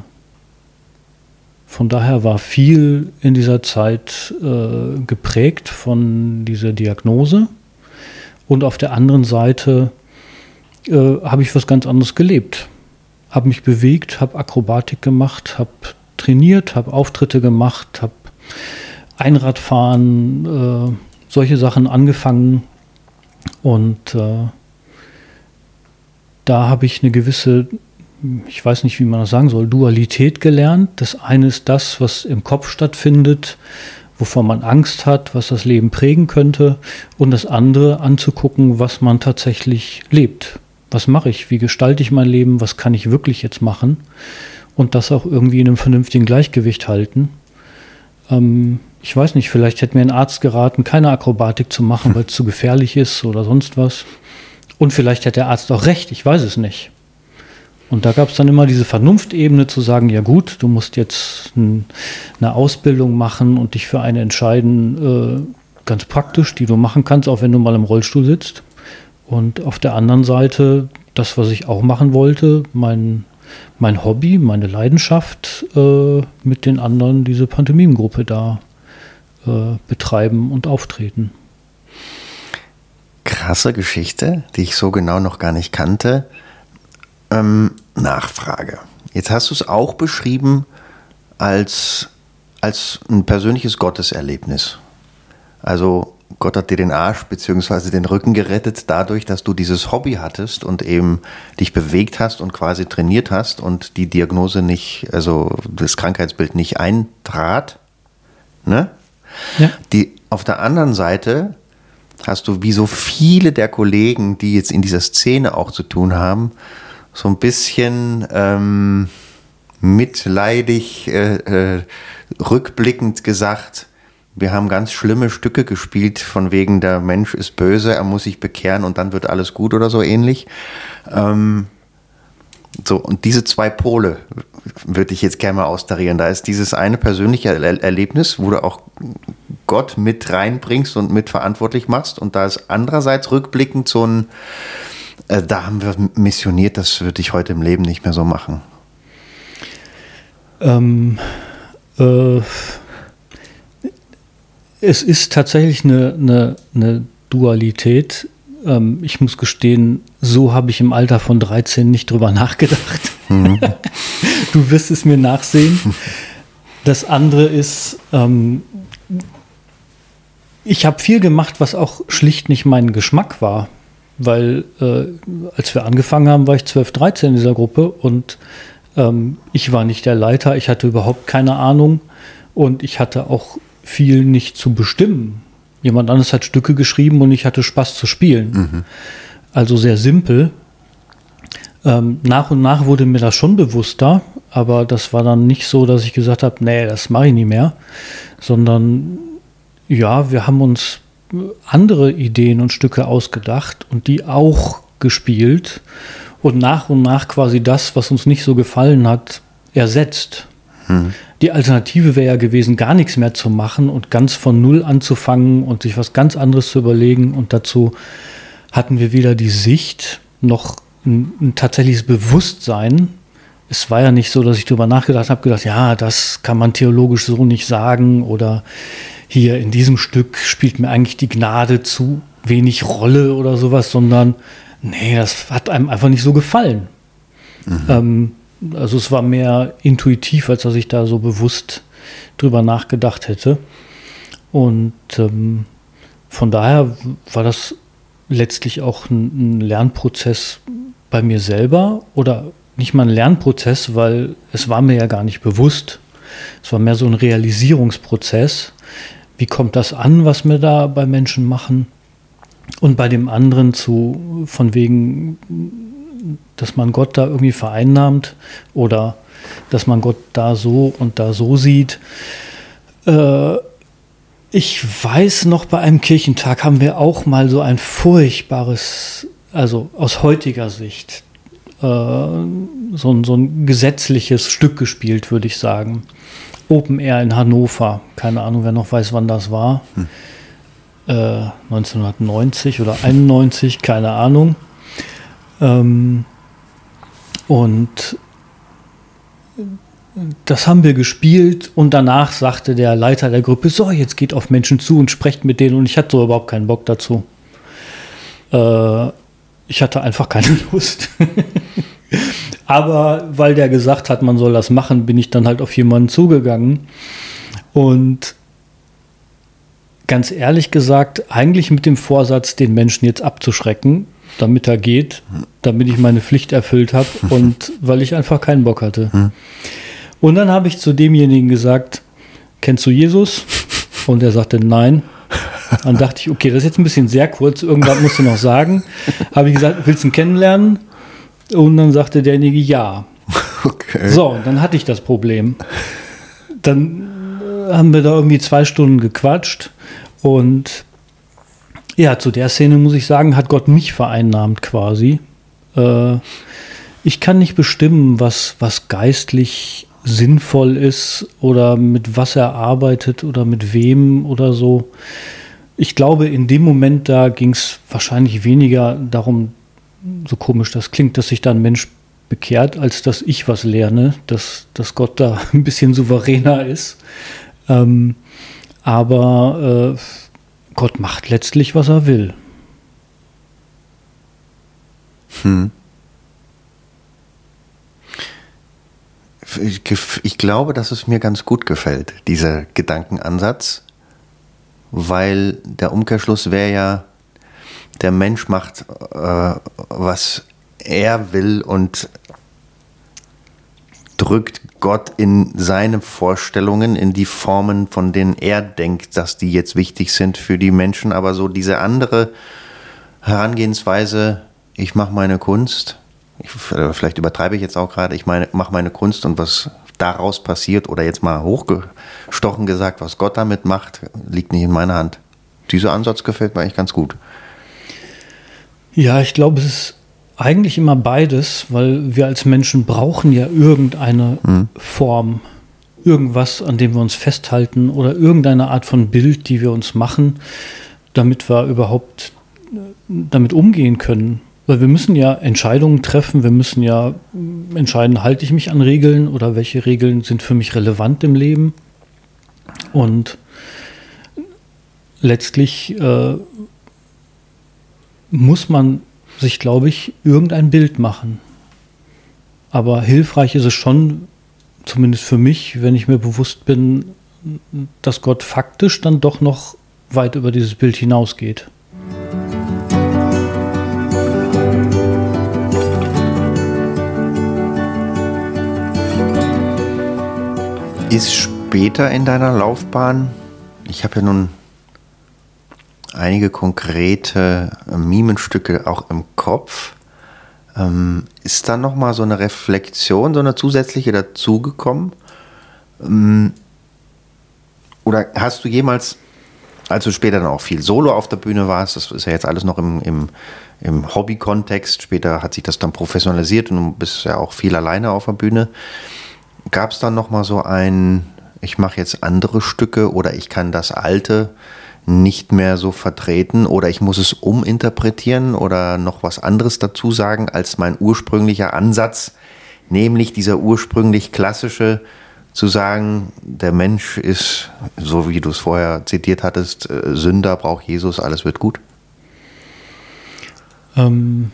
von daher war viel in dieser Zeit äh, geprägt von dieser Diagnose. Und auf der anderen Seite äh, habe ich was ganz anderes gelebt. Habe mich bewegt, habe Akrobatik gemacht, habe trainiert, habe Auftritte gemacht, habe Einradfahren, äh, solche Sachen angefangen. Und äh, da habe ich eine gewisse, ich weiß nicht, wie man das sagen soll, Dualität gelernt. Das eine ist das, was im Kopf stattfindet, wovor man Angst hat, was das Leben prägen könnte. Und das andere anzugucken, was man tatsächlich lebt. Was mache ich? Wie gestalte ich mein Leben? Was kann ich wirklich jetzt machen? Und das auch irgendwie in einem vernünftigen Gleichgewicht halten. Ähm, ich weiß nicht, vielleicht hätte mir ein Arzt geraten, keine Akrobatik zu machen, weil es zu gefährlich ist oder sonst was. Und vielleicht hätte der Arzt auch recht, ich weiß es nicht. Und da gab es dann immer diese Vernunftebene zu sagen, ja gut, du musst jetzt ein, eine Ausbildung machen und dich für eine entscheiden, äh, ganz praktisch, die du machen kannst, auch wenn du mal im Rollstuhl sitzt. Und auf der anderen Seite, das, was ich auch machen wollte, mein, mein Hobby, meine Leidenschaft, äh, mit den anderen diese Pantomimengruppe da äh, betreiben und auftreten. Krasse Geschichte, die ich so genau noch gar nicht kannte. Ähm, Nachfrage. Jetzt hast du es auch beschrieben als, als ein persönliches Gotteserlebnis. Also Gott hat dir den Arsch bzw. den Rücken gerettet dadurch, dass du dieses Hobby hattest und eben dich bewegt hast und quasi trainiert hast und die Diagnose nicht, also das Krankheitsbild nicht eintrat. Ne? Ja. Die, auf der anderen Seite hast du, wie so viele der Kollegen, die jetzt in dieser Szene auch zu tun haben, so ein bisschen ähm, mitleidig, äh, äh, rückblickend gesagt, wir haben ganz schlimme Stücke gespielt, von wegen der Mensch ist böse, er muss sich bekehren und dann wird alles gut oder so ähnlich. Ähm, so, und diese zwei Pole würde ich jetzt gerne mal austarieren. Da ist dieses eine persönliche er- Erlebnis, wo du auch Gott mit reinbringst und mit verantwortlich machst. Und da ist andererseits rückblickend so ein, äh, da haben wir missioniert, das würde ich heute im Leben nicht mehr so machen. Ähm, äh, es ist tatsächlich eine, eine, eine Dualität. Ähm, ich muss gestehen, so habe ich im Alter von dreizehn nicht drüber nachgedacht. Mhm. Du wirst es mir nachsehen. Das andere ist, ähm, ich habe viel gemacht, was auch schlicht nicht mein Geschmack war. weil äh, als wir angefangen haben, war ich zwölf, dreizehn in dieser Gruppe und ähm, ich war nicht der Leiter, ich hatte überhaupt keine Ahnung und ich hatte auch viel nicht zu bestimmen. Jemand anderes hat Stücke geschrieben und ich hatte Spaß zu spielen. Mhm. Also sehr simpel. Ähm, nach und nach wurde mir das schon bewusster, aber das war dann nicht so, dass ich gesagt habe, nee, das mache ich nie mehr, sondern ja, wir haben uns andere Ideen und Stücke ausgedacht und die auch gespielt und nach und nach quasi das, was uns nicht so gefallen hat, ersetzt. Hm. Die Alternative wäre ja gewesen, gar nichts mehr zu machen und ganz von Null anzufangen und sich was ganz anderes zu überlegen, und dazu hatten wir weder die Sicht noch ein, ein tatsächliches Bewusstsein. Es war ja nicht so, dass ich darüber nachgedacht habe, gedacht, ja, das kann man theologisch so nicht sagen oder hier in diesem Stück spielt mir eigentlich die Gnade zu wenig Rolle oder sowas, sondern nee, das hat einem einfach nicht so gefallen. Mhm. Ähm, also es war mehr intuitiv, als dass ich da so bewusst drüber nachgedacht hätte. Und ähm, von daher war das letztlich auch ein, ein Lernprozess bei mir selber oder nicht mal ein Lernprozess, weil es war mir ja gar nicht bewusst. Es war mehr so ein Realisierungsprozess. Wie kommt das an, was wir da bei Menschen machen? Und bei dem anderen zu, von wegen, dass man Gott da irgendwie vereinnahmt oder dass man Gott da so und da so sieht. Äh, ich weiß noch, bei einem Kirchentag haben wir auch mal so ein furchtbares, also aus heutiger Sicht, äh, so, ein, so ein gesetzliches Stück gespielt, würde ich sagen. Open Air in Hannover. Keine Ahnung, wer noch weiß, wann das war. Hm. Äh, neunzehnhundertneunzig oder einundneunzig, keine Ahnung. Ähm, und das haben wir gespielt und danach sagte der Leiter der Gruppe, so, jetzt geht auf Menschen zu und sprecht mit denen, und ich hatte so überhaupt keinen Bock dazu. Äh, ich hatte einfach keine Lust. Aber weil der gesagt hat, man soll das machen, bin ich dann halt auf jemanden zugegangen. Und ganz ehrlich gesagt, eigentlich mit dem Vorsatz, den Menschen jetzt abzuschrecken, damit er geht, damit ich meine Pflicht erfüllt habe und weil ich einfach keinen Bock hatte. Und dann habe ich zu demjenigen gesagt, kennst du Jesus? Und er sagte, nein. Dann dachte ich, okay, das ist jetzt ein bisschen sehr kurz, irgendwas musst du noch sagen. Habe ich gesagt, willst du ihn kennenlernen? Und dann sagte derjenige, ja. Okay. So, und dann hatte ich das Problem. Dann haben wir da irgendwie zwei Stunden gequatscht und ja, zu der Szene muss ich sagen, hat Gott mich vereinnahmt quasi. Äh, ich kann nicht bestimmen, was, was geistlich sinnvoll ist oder mit was er arbeitet oder mit wem oder so. Ich glaube, in dem Moment da ging es wahrscheinlich weniger darum, so komisch das klingt, dass sich da ein Mensch bekehrt, als dass ich was lerne, dass, dass Gott da ein bisschen souveräner ist. Ähm, aber äh, Gott macht letztlich, was er will. Hm. Ich, ich glaube, dass es mir ganz gut gefällt, dieser Gedankenansatz, weil der Umkehrschluss wäre ja, der Mensch macht, äh, was er will und drückt Gott in seine Vorstellungen, in die Formen, von denen er denkt, dass die jetzt wichtig sind für die Menschen. Aber so diese andere Herangehensweise, ich mache meine Kunst, ich, vielleicht übertreibe ich jetzt auch gerade, ich meine, mache meine Kunst und was daraus passiert oder jetzt mal hochgestochen gesagt, was Gott damit macht, liegt nicht in meiner Hand. Dieser Ansatz gefällt mir eigentlich ganz gut. Ja, ich glaube, es ist eigentlich immer beides, weil wir als Menschen brauchen ja irgendeine hm. Form, irgendwas, an dem wir uns festhalten oder irgendeine Art von Bild, die wir uns machen, damit wir überhaupt damit umgehen können. Weil wir müssen ja Entscheidungen treffen, wir müssen ja entscheiden, halte ich mich an Regeln oder welche Regeln sind für mich relevant im Leben. Und letztlich äh, muss man sich, glaube ich, irgendein Bild machen. Aber hilfreich ist es schon, zumindest für mich, wenn ich mir bewusst bin, dass Gott faktisch dann doch noch weit über dieses Bild hinausgeht. Ist später in deiner Laufbahn, ich habe ja nun einige konkrete Mimenstücke auch im Kopf, ähm, ist da nochmal so eine Reflexion, so eine zusätzliche dazugekommen? Ähm, oder hast du jemals, als du später dann auch viel Solo auf der Bühne warst, das ist ja jetzt alles noch im, im, im Hobby-Kontext, später hat sich das dann professionalisiert und du bist ja auch viel alleine auf der Bühne, gab es dann nochmal so ein, ich mache jetzt andere Stücke oder ich kann das Alte nicht mehr so vertreten oder ich muss es uminterpretieren oder noch was anderes dazu sagen als mein ursprünglicher Ansatz, nämlich dieser ursprünglich klassische, zu sagen, der Mensch ist, so wie du es vorher zitiert hattest, Sünder, braucht Jesus, alles wird gut? Ähm,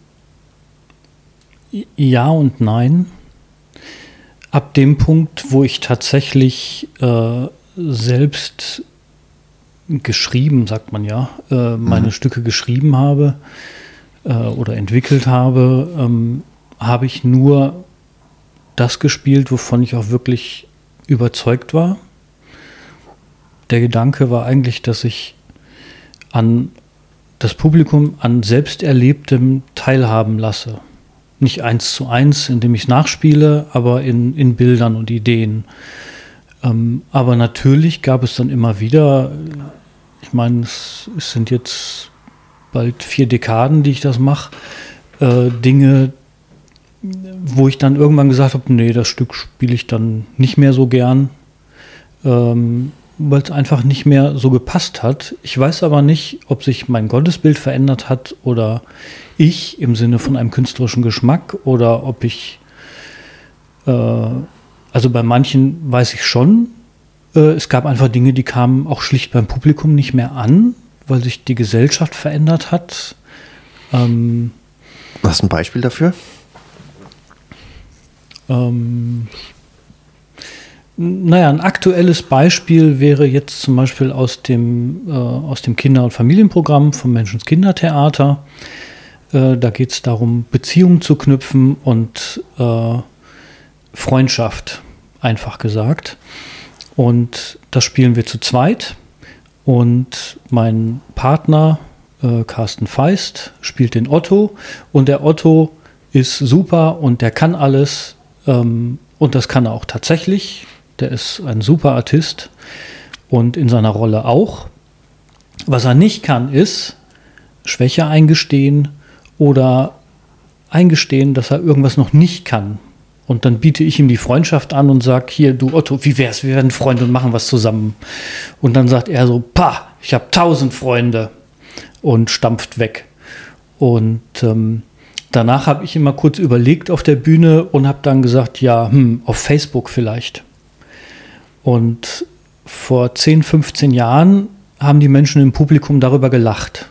ja und nein. Ab dem Punkt, wo ich tatsächlich äh, selbst geschrieben, sagt man ja, äh, meine mhm. Stücke geschrieben habe äh, oder entwickelt habe, ähm, habe ich nur das gespielt, wovon ich auch wirklich überzeugt war. Der Gedanke war eigentlich, dass ich an das Publikum an Selbsterlebtem teilhaben lasse. Nicht eins zu eins, indem ich es nachspiele, aber in, in Bildern und Ideen. Ähm, aber natürlich gab es dann immer wieder, ich meine, es, es sind jetzt bald vier Dekaden, die ich das mache, äh, Dinge, wo ich dann irgendwann gesagt habe, nee, das Stück spiele ich dann nicht mehr so gern, ähm, weil es einfach nicht mehr so gepasst hat. Ich weiß aber nicht, ob sich mein Gottesbild verändert hat oder ich im Sinne von einem künstlerischen Geschmack oder ob ich, äh, also bei manchen weiß ich schon, äh, es gab einfach Dinge, die kamen auch schlicht beim Publikum nicht mehr an, weil sich die Gesellschaft verändert hat. Ähm, Was ist ein Beispiel dafür? Ähm, naja, ein aktuelles Beispiel wäre jetzt zum Beispiel aus dem, äh, aus dem Kinder- und Familienprogramm vom Menschenskinder-Theater. Äh, da geht es darum, Beziehungen zu knüpfen und äh, Freundschaft, einfach gesagt. Und das spielen wir zu zweit. Und mein Partner, äh, Carsten Feist, spielt den Otto. Und der Otto ist super und der kann alles. Ähm, und das kann er auch tatsächlich. Der ist ein super Artist und in seiner Rolle auch. Was er nicht kann, ist Schwäche eingestehen oder eingestehen, dass er irgendwas noch nicht kann. Und dann biete ich ihm die Freundschaft an und sage, hier, du Otto, wie wär's, wir werden Freunde und machen was zusammen. Und dann sagt er so, pah, ich habe tausend Freunde und stampft weg. Und ähm, danach habe ich immer kurz überlegt auf der Bühne und habe dann gesagt, ja, hm, auf Facebook vielleicht. Und vor zehn, fünfzehn Jahren haben die Menschen im Publikum darüber gelacht,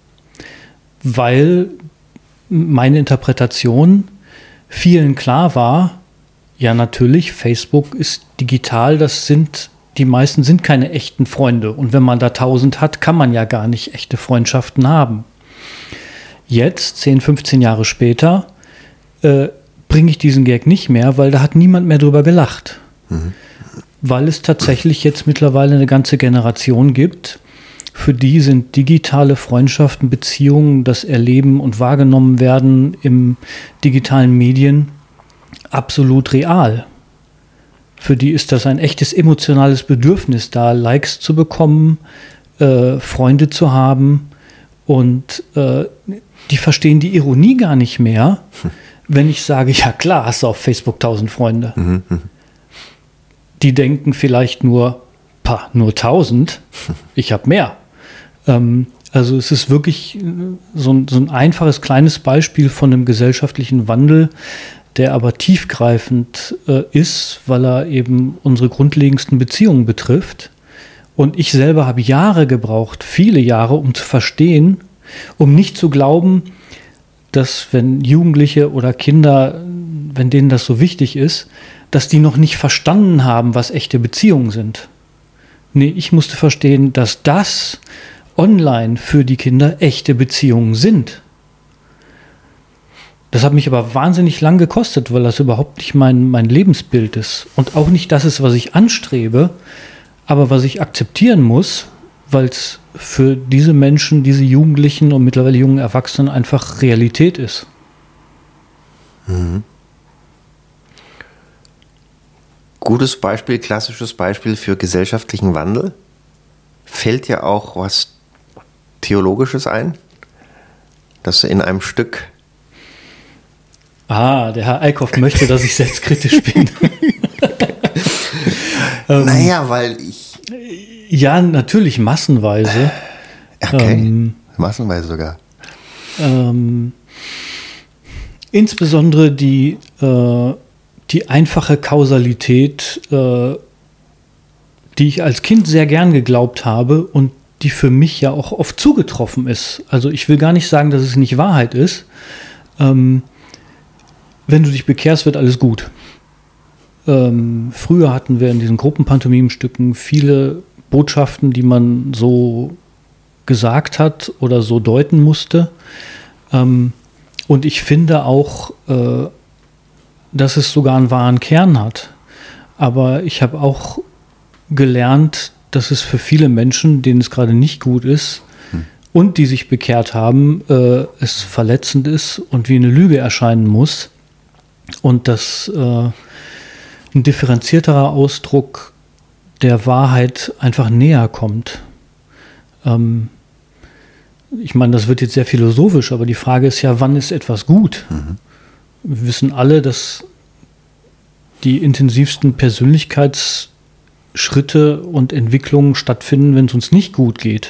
weil meine Interpretation vielen klar war, ja natürlich, Facebook ist digital, das sind, die meisten sind keine echten Freunde. Und wenn man da tausend hat, kann man ja gar nicht echte Freundschaften haben. Jetzt, zehn, fünfzehn Jahre später, äh, bringe ich diesen Gag nicht mehr, weil da hat niemand mehr drüber gelacht. Mhm. Weil es tatsächlich jetzt mittlerweile eine ganze Generation gibt, für die sind digitale Freundschaften, Beziehungen, das Erleben und Wahrgenommen werden im digitalen Medien absolut real. Für die ist das ein echtes emotionales Bedürfnis, da Likes zu bekommen, äh, Freunde zu haben und äh, die verstehen die Ironie gar nicht mehr, hm. wenn ich sage, ja klar, hast du auf Facebook tausend Freunde. Mhm. Die denken vielleicht nur, pa, nur tausend, ich habe mehr. Ähm, also es ist wirklich so ein, so ein einfaches, kleines Beispiel von einem gesellschaftlichen Wandel, der aber tiefgreifend äh, ist, weil er eben unsere grundlegendsten Beziehungen betrifft. Und ich selber habe Jahre gebraucht, viele Jahre, um zu verstehen, um nicht zu glauben, dass wenn Jugendliche oder Kinder, wenn denen das so wichtig ist, dass die noch nicht verstanden haben, was echte Beziehungen sind. Nee, ich musste verstehen, dass das online für die Kinder echte Beziehungen sind. Das hat mich aber wahnsinnig lang gekostet, weil das überhaupt nicht mein, mein Lebensbild ist. Und auch nicht das ist, was ich anstrebe, aber was ich akzeptieren muss, weil es für diese Menschen, diese Jugendlichen und mittlerweile jungen Erwachsenen einfach Realität ist. Mhm. Gutes Beispiel, klassisches Beispiel für gesellschaftlichen Wandel. Fällt dir auch was Theologisches ein? Dass du in einem Stück... Ah, der Herr Eickhoff möchte, dass ich selbstkritisch bin. ähm, naja, weil ich... Ja, natürlich massenweise. Okay, ähm, massenweise sogar. Ähm, insbesondere die, äh, die einfache Kausalität, äh, die ich als Kind sehr gern geglaubt habe und die für mich ja auch oft zugetroffen ist. Also ich will gar nicht sagen, dass es nicht Wahrheit ist. Ähm, wenn du dich bekehrst, wird alles gut. Ähm, früher hatten wir in diesen Gruppenpantomimenstücken viele Botschaften, die man so gesagt hat oder so deuten musste. Ähm, und ich finde auch, äh, dass es sogar einen wahren Kern hat. Aber ich habe auch gelernt, dass es für viele Menschen, denen es gerade nicht gut ist hm. und die sich bekehrt haben, äh, es verletzend ist und wie eine Lüge erscheinen muss. Und dass äh, ein differenzierterer Ausdruck der Wahrheit einfach näher kommt. Ähm, ich meine, das wird jetzt sehr philosophisch, aber die Frage ist ja, wann ist etwas gut? Mhm. Wir wissen alle, dass die intensivsten Persönlichkeitsschritte und Entwicklungen stattfinden, wenn es uns nicht gut geht.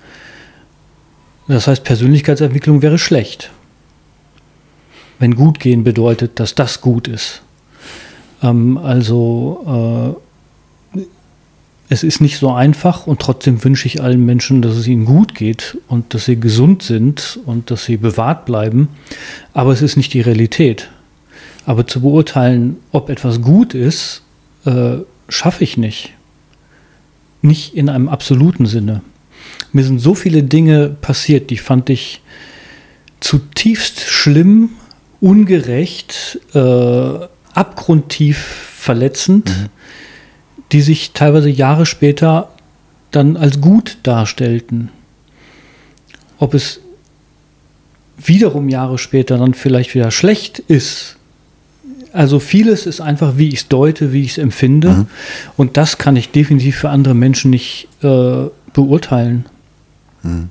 Das heißt, Persönlichkeitsentwicklung wäre schlecht. Wenn gut gehen bedeutet, dass das gut ist. Ähm, also äh, es ist nicht so einfach und trotzdem wünsche ich allen Menschen, dass es ihnen gut geht und dass sie gesund sind und dass sie bewahrt bleiben. Aber es ist nicht die Realität. Aber zu beurteilen, ob etwas gut ist, äh, schaffe ich nicht. Nicht in einem absoluten Sinne. Mir sind so viele Dinge passiert, die fand ich zutiefst schlimm, ungerecht, äh, abgrundtief verletzend, mhm. die sich teilweise Jahre später dann als gut darstellten. Ob es wiederum Jahre später dann vielleicht wieder schlecht ist. Also vieles ist einfach, wie ich es deute, wie ich es empfinde. Mhm. Und das kann ich definitiv für andere Menschen nicht äh, beurteilen. Mhm.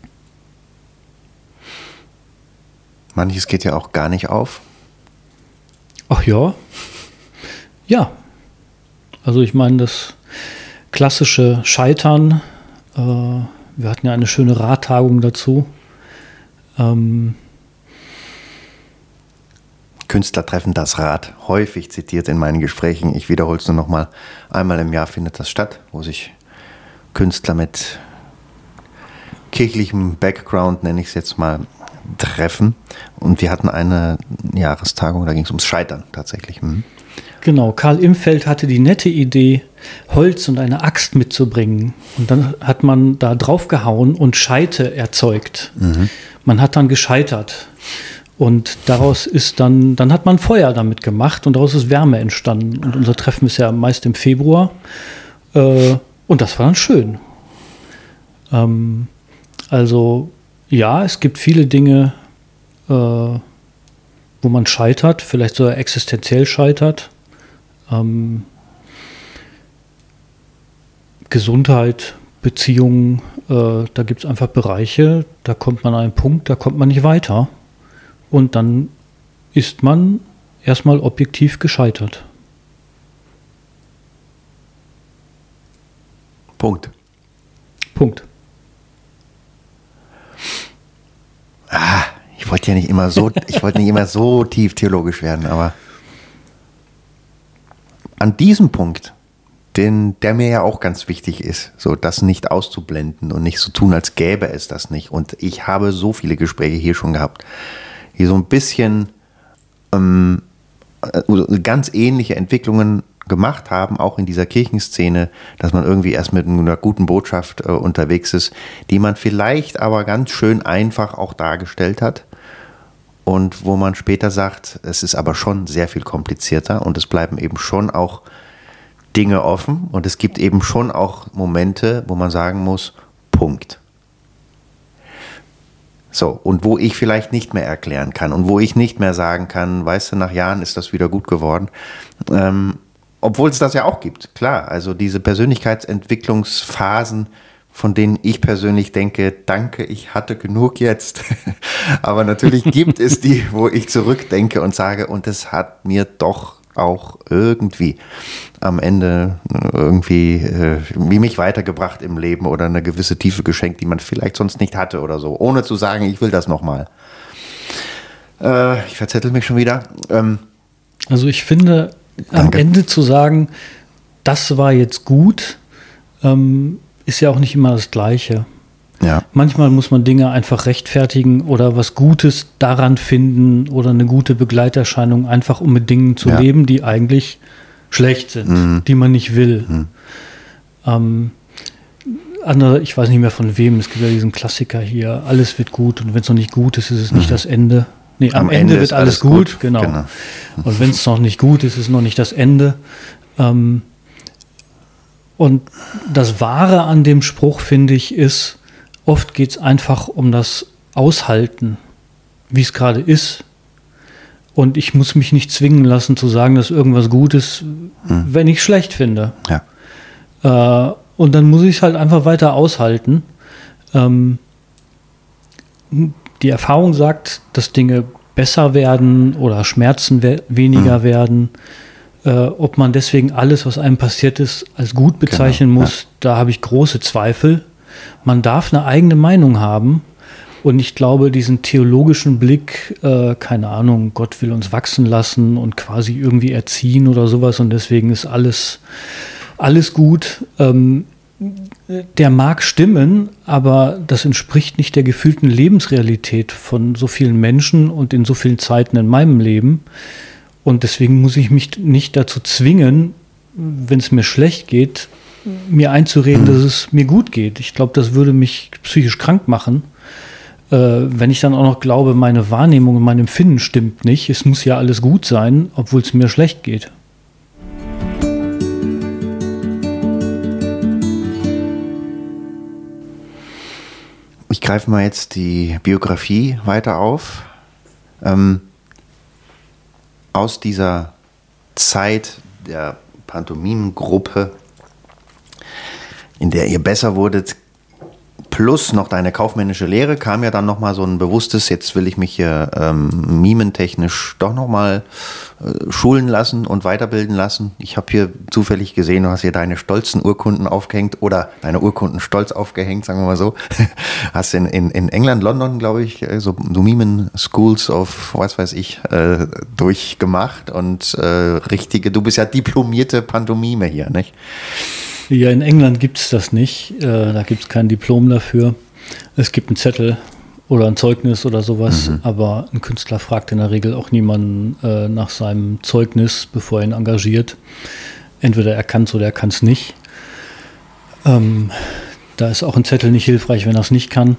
Manches geht ja auch gar nicht auf. Ach ja. Ja. Also ich meine, das klassische Scheitern, äh, wir hatten ja eine schöne Rattagung dazu. Ähm, Künstler treffen das Rad, häufig zitiert in meinen Gesprächen. Ich wiederhole es nur noch mal. Einmal im Jahr findet das statt, wo sich Künstler mit kirchlichem Background, nenne ich es jetzt mal, treffen. Und wir hatten eine Jahrestagung, da ging es ums Scheitern tatsächlich. Mhm. Genau, Karl Imfeld hatte die nette Idee, Holz und eine Axt mitzubringen. Und dann hat man da drauf gehauen und Scheite erzeugt. Mhm. Man hat dann gescheitert. Und daraus ist dann, dann hat man Feuer damit gemacht und daraus ist Wärme entstanden. Und unser Treffen ist ja meist im Februar. Äh, und das war dann schön. Ähm, also ja, es gibt viele Dinge, äh, wo man scheitert, vielleicht sogar existenziell scheitert. Ähm, Gesundheit, Beziehungen, äh, da gibt es einfach Bereiche, da kommt man an einen Punkt, da kommt man nicht weiter. Und dann ist man erstmal objektiv gescheitert. Punkt. Punkt. Ah, ich wollte ja nicht immer so, ich wollte nicht immer so tief theologisch werden, aber an diesem Punkt, den, der mir ja auch ganz wichtig ist, so das nicht auszublenden und nicht so tun, als gäbe es das nicht. Und ich habe so viele Gespräche hier schon gehabt, die so ein bisschen ähm, ganz ähnliche Entwicklungen gemacht haben, auch in dieser Kirchenszene, dass man irgendwie erst mit einer guten Botschaft äh, unterwegs ist, die man vielleicht aber ganz schön einfach auch dargestellt hat und wo man später sagt, es ist aber schon sehr viel komplizierter und es bleiben eben schon auch Dinge offen und es gibt eben schon auch Momente, wo man sagen muss, Punkt. So, und wo ich vielleicht nicht mehr erklären kann und wo ich nicht mehr sagen kann, weißt du, nach Jahren ist das wieder gut geworden. Ähm, obwohl es das ja auch gibt, klar. Also diese Persönlichkeitsentwicklungsphasen, von denen ich persönlich denke, danke, ich hatte genug jetzt. Aber natürlich gibt es die, wo ich zurückdenke und sage, und es hat mir doch auch irgendwie am Ende irgendwie äh, wie mich weitergebracht im Leben oder eine gewisse Tiefe geschenkt, die man vielleicht sonst nicht hatte oder so, ohne zu sagen, ich will das nochmal. Äh, ich verzettel mich schon wieder. Ähm, also ich finde, am danke. Ende zu sagen, das war jetzt gut, ähm, ist ja auch nicht immer das Gleiche. Ja. Manchmal muss man Dinge einfach rechtfertigen oder was Gutes daran finden oder eine gute Begleiterscheinung, einfach um mit Dingen zu Ja. leben, die eigentlich schlecht sind, Mhm. die man nicht will. Mhm. Ähm, andere, ich weiß nicht mehr von wem, es gibt ja diesen Klassiker hier, alles wird gut und wenn es noch nicht gut ist, ist es nicht Mhm. das Ende. Nee, am, Am Ende, Ende wird ist alles alles gut, gut, genau. genau. Und wenn es noch nicht gut ist, ist es noch nicht das Ende. Ähm, und das Wahre an dem Spruch, finde ich, ist, oft geht es einfach um das Aushalten, wie es gerade ist. Und ich muss mich nicht zwingen lassen zu sagen, dass irgendwas gut ist, Hm. wenn ich es schlecht finde. Ja. Äh, und dann muss ich es halt einfach weiter aushalten. Ähm, die Erfahrung sagt, dass Dinge besser werden oder Schmerzen we- weniger Hm. werden. Äh, ob man deswegen alles, was einem passiert ist, als gut bezeichnen Genau, muss, da habe ich große Zweifel. Man darf eine eigene Meinung haben. Und ich glaube, diesen theologischen Blick, äh, keine Ahnung, Gott will uns wachsen lassen und quasi irgendwie erziehen oder sowas und deswegen ist alles, alles gut, ähm, der mag stimmen, aber das entspricht nicht der gefühlten Lebensrealität von so vielen Menschen und in so vielen Zeiten in meinem Leben. Und deswegen muss ich mich nicht dazu zwingen, wenn es mir schlecht geht, mir einzureden, dass es mir gut geht. Ich glaube, das würde mich psychisch krank machen. Wenn ich dann auch noch glaube, meine Wahrnehmung und mein Empfinden stimmt nicht, es muss ja alles gut sein, obwohl es mir schlecht geht. Ich greife mal jetzt die Biografie weiter auf. Ähm, aus dieser Zeit der Pantomimengruppe, in der ihr besser wurdet, plus noch deine kaufmännische Lehre, kam ja dann nochmal so ein bewusstes, jetzt will ich mich hier ähm, mimentechnisch doch nochmal äh, schulen lassen und weiterbilden lassen. Ich habe hier zufällig gesehen, du hast hier deine stolzen Urkunden aufgehängt oder deine Urkunden stolz aufgehängt, sagen wir mal so. Hast in, in, in England, London, glaube ich, so, so Mimen-Schools of was weiß ich äh, durchgemacht und äh, richtige, du bist ja diplomierte Pantomime hier, nicht? Ja, in England gibt es das nicht. Äh, da gibt es kein Diplom dafür. Es gibt einen Zettel oder ein Zeugnis oder sowas, mhm. aber ein Künstler fragt in der Regel auch niemanden äh, nach seinem Zeugnis, bevor er ihn engagiert. Entweder er kann es oder er kann es nicht. Ähm, da ist auch ein Zettel nicht hilfreich, wenn er es nicht kann.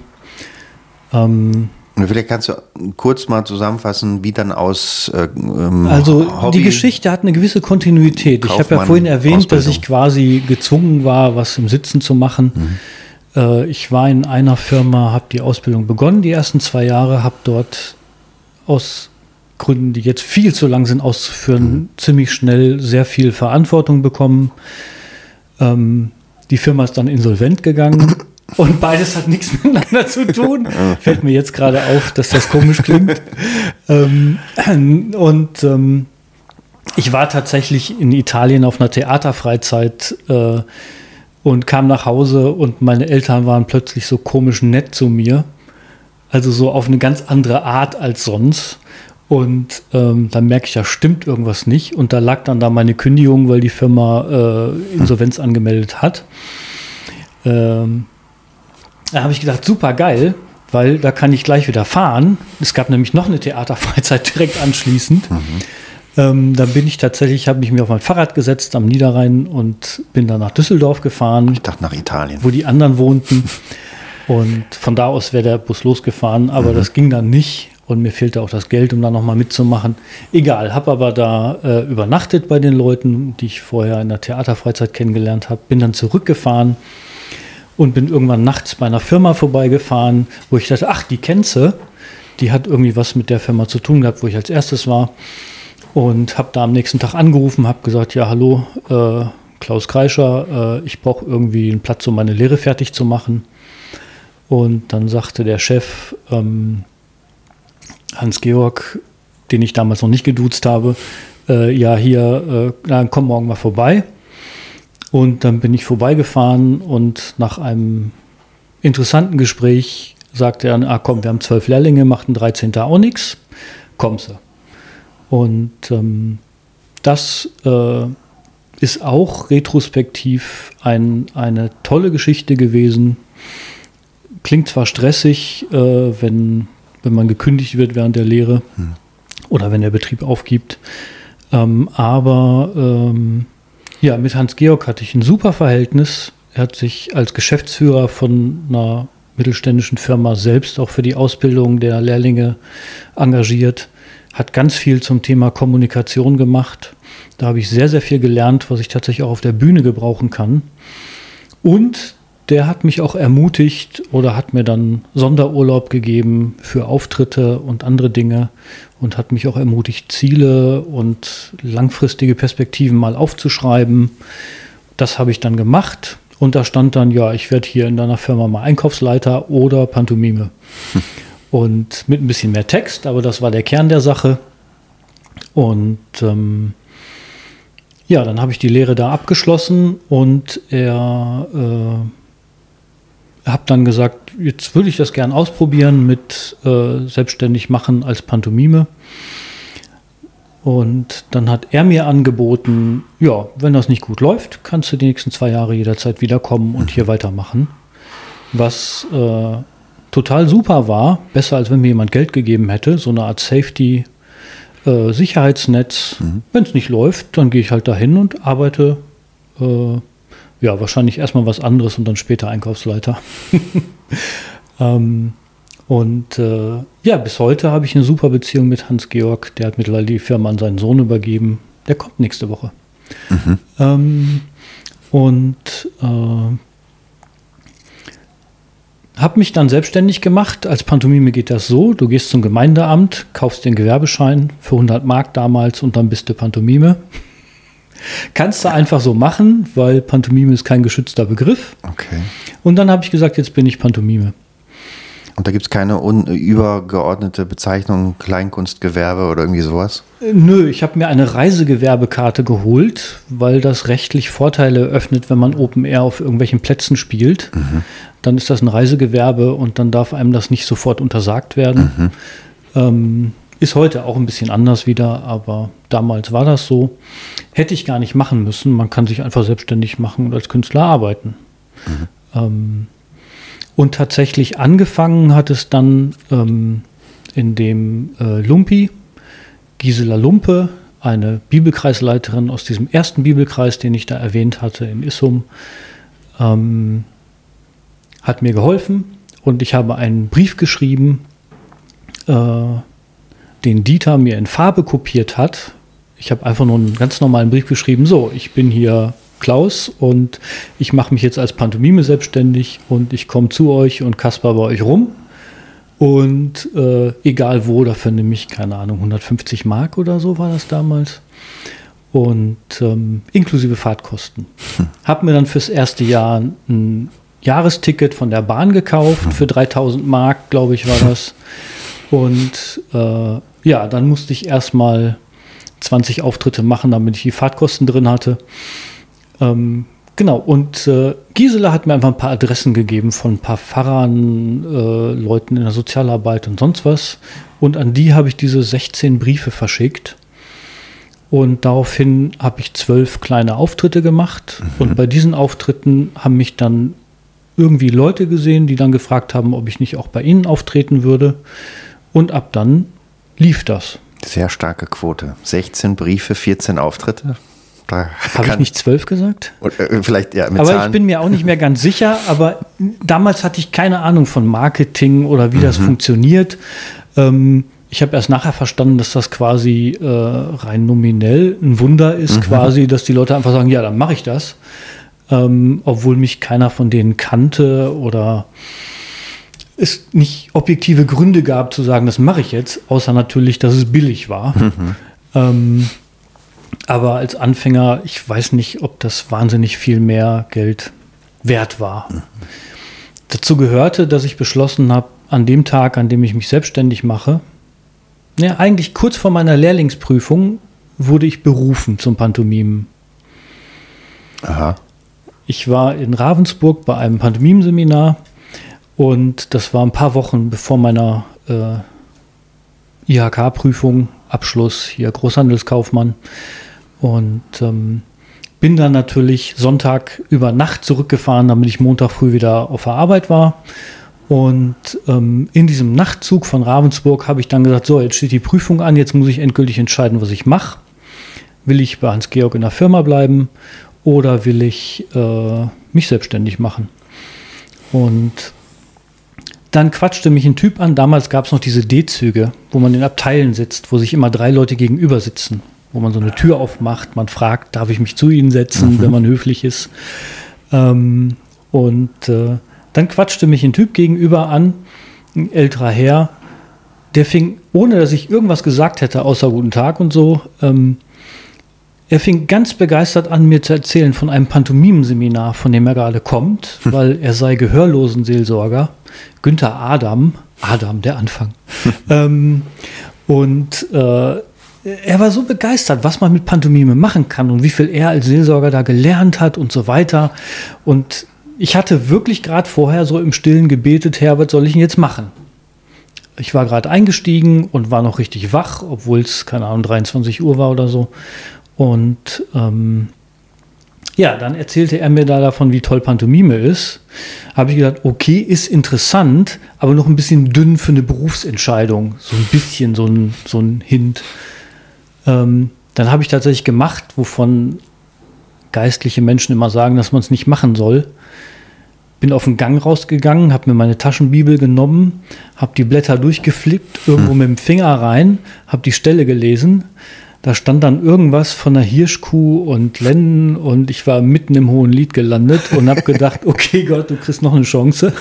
Ähm, Vielleicht kannst du kurz mal zusammenfassen, wie dann aus äh, ähm, Also Hobby, die Geschichte hat eine gewisse Kontinuität. Ich habe ja Kaufmann, vorhin erwähnt, Ausbildung. dass ich quasi gezwungen war, was im Sitzen zu machen. Mhm. Äh, ich war in einer Firma, habe die Ausbildung begonnen, die ersten zwei Jahre, habe dort aus Gründen, die jetzt viel zu lang sind auszuführen, mhm. ziemlich schnell sehr viel Verantwortung bekommen. Ähm, die Firma ist dann insolvent gegangen. Und beides hat nichts miteinander zu tun. Fällt mir jetzt gerade auf, dass das komisch klingt. ähm, und ähm, ich war tatsächlich in Italien auf einer Theaterfreizeit äh, und kam nach Hause und meine Eltern waren plötzlich so komisch nett zu mir. Also so auf eine ganz andere Art als sonst. Und ähm, dann merke ich, da stimmt irgendwas nicht. Und da lag dann da meine Kündigung, weil die Firma äh, Insolvenz angemeldet hat. Ähm, Da habe ich gedacht, super geil, weil da kann ich gleich wieder fahren. Es gab nämlich noch eine Theaterfreizeit direkt anschließend. Mhm. Ähm, dann bin ich tatsächlich, habe mich mir auf mein Fahrrad gesetzt am Niederrhein und bin dann nach Düsseldorf gefahren. Ich dachte nach Italien. Wo die anderen wohnten. Und von da aus wäre der Bus losgefahren, aber mhm. das ging dann nicht. Und mir fehlte auch das Geld, um da nochmal mitzumachen. Egal, habe aber da äh, übernachtet bei den Leuten, die ich vorher in der Theaterfreizeit kennengelernt habe. Bin dann zurückgefahren und bin irgendwann nachts bei einer Firma vorbeigefahren, wo ich dachte, ach, die kennst du. Die hat irgendwie was mit der Firma zu tun gehabt, wo ich als erstes war. Und habe da am nächsten Tag angerufen, habe gesagt, ja, hallo, äh, Klaus Kreischer, äh, ich brauche irgendwie einen Platz, um meine Lehre fertig zu machen. Und dann sagte der Chef, ähm, Hans-Georg, den ich damals noch nicht geduzt habe, äh, ja, hier, äh, dann komm morgen mal vorbei. Und dann bin ich vorbeigefahren und nach einem interessanten Gespräch sagte er, ah komm, wir haben zwölf Lehrlinge, macht ein dreizehnten auch nichts, komm sie. Und ähm, das äh, ist auch retrospektiv ein, eine tolle Geschichte gewesen. Klingt zwar stressig, äh, wenn wenn man gekündigt wird während der Lehre hm. oder wenn der Betrieb aufgibt. Ähm, aber ähm, ja, mit Hans-Georg hatte ich ein super Verhältnis. Er hat sich als Geschäftsführer von einer mittelständischen Firma selbst auch für die Ausbildung der Lehrlinge engagiert, hat ganz viel zum Thema Kommunikation gemacht. Da habe ich sehr, sehr viel gelernt, was ich tatsächlich auch auf der Bühne gebrauchen kann. Und der hat mich auch ermutigt oder hat mir dann Sonderurlaub gegeben für Auftritte und andere Dinge und hat mich auch ermutigt, Ziele und langfristige Perspektiven mal aufzuschreiben. Das habe ich dann gemacht und da stand dann, ja, ich werde hier in deiner Firma mal Einkaufsleiter oder Pantomime. Hm. Und mit ein bisschen mehr Text, aber das war der Kern der Sache. Und ähm, ja, dann habe ich die Lehre da abgeschlossen und er äh, habe dann gesagt, jetzt würde ich das gern ausprobieren mit äh, selbstständig machen als Pantomime. Und dann hat er mir angeboten, ja, wenn das nicht gut läuft, kannst du die nächsten zwei Jahre jederzeit wiederkommen und hier weitermachen. Was äh, total super war, besser als wenn mir jemand Geld gegeben hätte, so eine Art Safety, äh, Sicherheitsnetz. Mhm. Wenn es nicht läuft, dann gehe ich halt dahin und arbeite äh, ja, wahrscheinlich erstmal was anderes und dann später Einkaufsleiter. ähm, und äh, ja, bis heute habe ich eine super Beziehung mit Hans-Georg. Der hat mittlerweile die Firma an seinen Sohn übergeben. Der kommt nächste Woche. Mhm. Ähm, und äh, habe mich dann selbstständig gemacht. Als Pantomime geht das so. Du gehst zum Gemeindeamt, kaufst den Gewerbeschein für hundert Mark damals und dann bist du Pantomime. Kannst du einfach so machen, weil Pantomime ist kein geschützter Begriff. Okay. Und dann habe ich gesagt, jetzt bin ich Pantomime. Und da gibt es keine un- übergeordnete Bezeichnung, Kleinkunstgewerbe oder irgendwie sowas? Nö, ich habe mir eine Reisegewerbekarte geholt, weil das rechtlich Vorteile öffnet, wenn man Open Air auf irgendwelchen Plätzen spielt. Mhm. Dann ist das ein Reisegewerbe und dann darf einem das nicht sofort untersagt werden. Mhm. Ähm, Ist heute auch ein bisschen anders wieder, aber damals war das so. Hätte ich gar nicht machen müssen. Man kann sich einfach selbstständig machen und als Künstler arbeiten. Mhm. Ähm, und tatsächlich angefangen hat es dann ähm, in dem äh, Lumpi, Gisela Lumpe, eine Bibelkreisleiterin aus diesem ersten Bibelkreis, den ich da erwähnt hatte in Issum, ähm, hat mir geholfen und ich habe einen Brief geschrieben, äh, den Dieter mir in Farbe kopiert hat. Ich habe einfach nur einen ganz normalen Brief geschrieben, so, ich bin hier Klaus und ich mache mich jetzt als Pantomime selbstständig und ich komme zu euch und kasper bei euch rum und äh, egal wo, dafür nehme ich, keine Ahnung, hundertfünfzig Mark oder so war das damals und ähm, inklusive Fahrtkosten. Hm. Habe mir dann fürs erste Jahr ein Jahresticket von der Bahn gekauft, hm. für dreitausend Mark, glaube ich, war das. Und äh, ja, dann musste ich erstmal zwanzig Auftritte machen, damit ich die Fahrtkosten drin hatte. Ähm, genau, und äh, Gisela hat mir einfach ein paar Adressen gegeben von ein paar Pfarrern, äh, Leuten in der Sozialarbeit und sonst was. Und an die habe ich diese sechzehn Briefe verschickt. Und daraufhin habe ich zwölf kleine Auftritte gemacht. Mhm. Und bei diesen Auftritten haben mich dann irgendwie Leute gesehen, die dann gefragt haben, ob ich nicht auch bei ihnen auftreten würde. Und ab dann lief das. Sehr starke Quote. sechzehn Briefe, vierzehn Auftritte. Habe ich nicht zwölf gesagt? Und, äh, vielleicht, ja, mit aber Zahlen. Ich bin mir auch nicht mehr ganz sicher. Aber damals hatte ich keine Ahnung von Marketing oder wie mhm. das funktioniert. Ähm, ich habe erst nachher verstanden, dass das quasi äh, rein nominell ein Wunder ist, mhm. quasi, dass die Leute einfach sagen, ja, dann mache ich das. Ähm, obwohl mich keiner von denen kannte oder es nicht objektive Gründe gab zu sagen, das mache ich jetzt, außer natürlich, dass es billig war. Mhm. Ähm, aber als Anfänger, ich weiß nicht, ob das wahnsinnig viel mehr Geld wert war. Mhm. Dazu gehörte, dass ich beschlossen habe, an dem Tag, an dem ich mich selbstständig mache, ja, eigentlich kurz vor meiner Lehrlingsprüfung wurde ich berufen zum Pantomimen. Aha. Ich war in Ravensburg bei einem Pantomimenseminar und das war ein paar Wochen bevor meiner äh, I H K-Prüfung, Abschluss, hier Großhandelskaufmann. Und ähm, bin dann natürlich Sonntag über Nacht zurückgefahren, damit ich Montag früh wieder auf der Arbeit war. Und ähm, in diesem Nachtzug von Ravensburg habe ich dann gesagt, so, jetzt steht die Prüfung an, jetzt muss ich endgültig entscheiden, was ich mache. Will ich bei Hans-Georg in der Firma bleiben oder will ich äh, mich selbstständig machen? Und dann quatschte mich ein Typ an, damals gab es noch diese D-Züge, wo man in Abteilen sitzt, wo sich immer drei Leute gegenüber sitzen, wo man so eine Tür aufmacht, man fragt, darf ich mich zu Ihnen setzen, mhm. wenn man höflich ist. Ähm, und äh, dann quatschte mich ein Typ gegenüber an, ein älterer Herr, der fing, ohne dass ich irgendwas gesagt hätte, außer guten Tag und so, ähm, er fing ganz begeistert an, mir zu erzählen von einem Pantomimenseminar, von dem er gerade kommt, hm. weil er sei Gehörlosenseelsorger, Günther Adam, Adam, der Anfang. ähm, und äh, er war so begeistert, was man mit Pantomime machen kann und wie viel er als Seelsorger da gelernt hat und so weiter. Und ich hatte wirklich gerade vorher so im Stillen gebetet, Herr, was soll ich denn jetzt machen? Ich war gerade eingestiegen und war noch richtig wach, obwohl es, keine Ahnung, dreiundzwanzig Uhr war oder so. Und ähm, ja, dann erzählte er mir da davon, wie toll Pantomime ist. Habe ich gedacht, okay, ist interessant, aber noch ein bisschen dünn für eine Berufsentscheidung. So ein bisschen, so ein, so ein Hint. Ähm, dann habe ich tatsächlich gemacht, wovon geistliche Menschen immer sagen, dass man es nicht machen soll. Bin auf den Gang rausgegangen, habe mir meine Taschenbibel genommen, habe die Blätter durchgeflippt, irgendwo hm. mit dem Finger rein, habe die Stelle gelesen. Da stand dann irgendwas von einer Hirschkuh und Lennen und ich war mitten im Hohen Lied gelandet und habe gedacht, okay Gott, du kriegst noch eine Chance.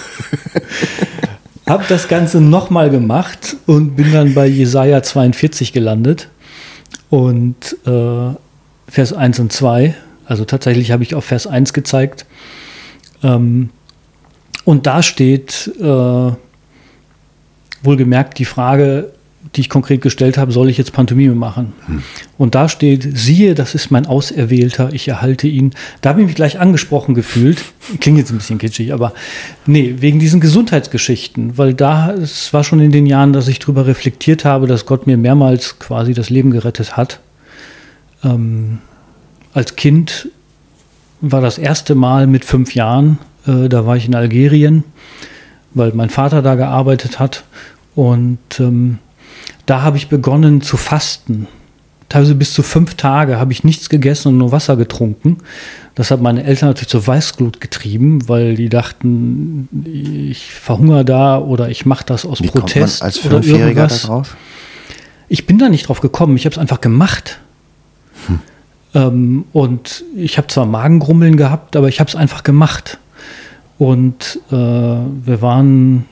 Habe das Ganze nochmal gemacht und bin dann bei Jesaja zweiundvierzig gelandet und äh, Vers eins und zwei. Also tatsächlich habe ich auf Vers eins gezeigt. Ähm, und da steht äh, wohlgemerkt die Frage, die ich konkret gestellt habe, soll ich jetzt Pantomime machen? Hm. Und da steht, siehe, das ist mein Auserwählter, ich erhalte ihn. Da habe ich mich gleich angesprochen gefühlt. Klingt jetzt ein bisschen kitschig, aber nee, wegen diesen Gesundheitsgeschichten. Weil da, es war schon in den Jahren, dass ich darüber reflektiert habe, dass Gott mir mehrmals quasi das Leben gerettet hat. Ähm, als Kind war das erste Mal mit fünf Jahren, äh, da war ich in Algerien, weil mein Vater da gearbeitet hat. Und ähm, da habe ich begonnen zu fasten. Teilweise bis zu fünf Tage habe ich nichts gegessen und nur Wasser getrunken. Das hat meine Eltern natürlich zur Weißglut getrieben, weil die dachten, ich verhungere da oder ich mache das aus Wie Protest. Kommt man als Fünfjähriger da drauf? Ich bin da nicht drauf gekommen, ich habe es einfach gemacht. Hm. Ähm, und ich habe zwar Magengrummeln gehabt, aber ich habe es einfach gemacht. Und äh, wir waren...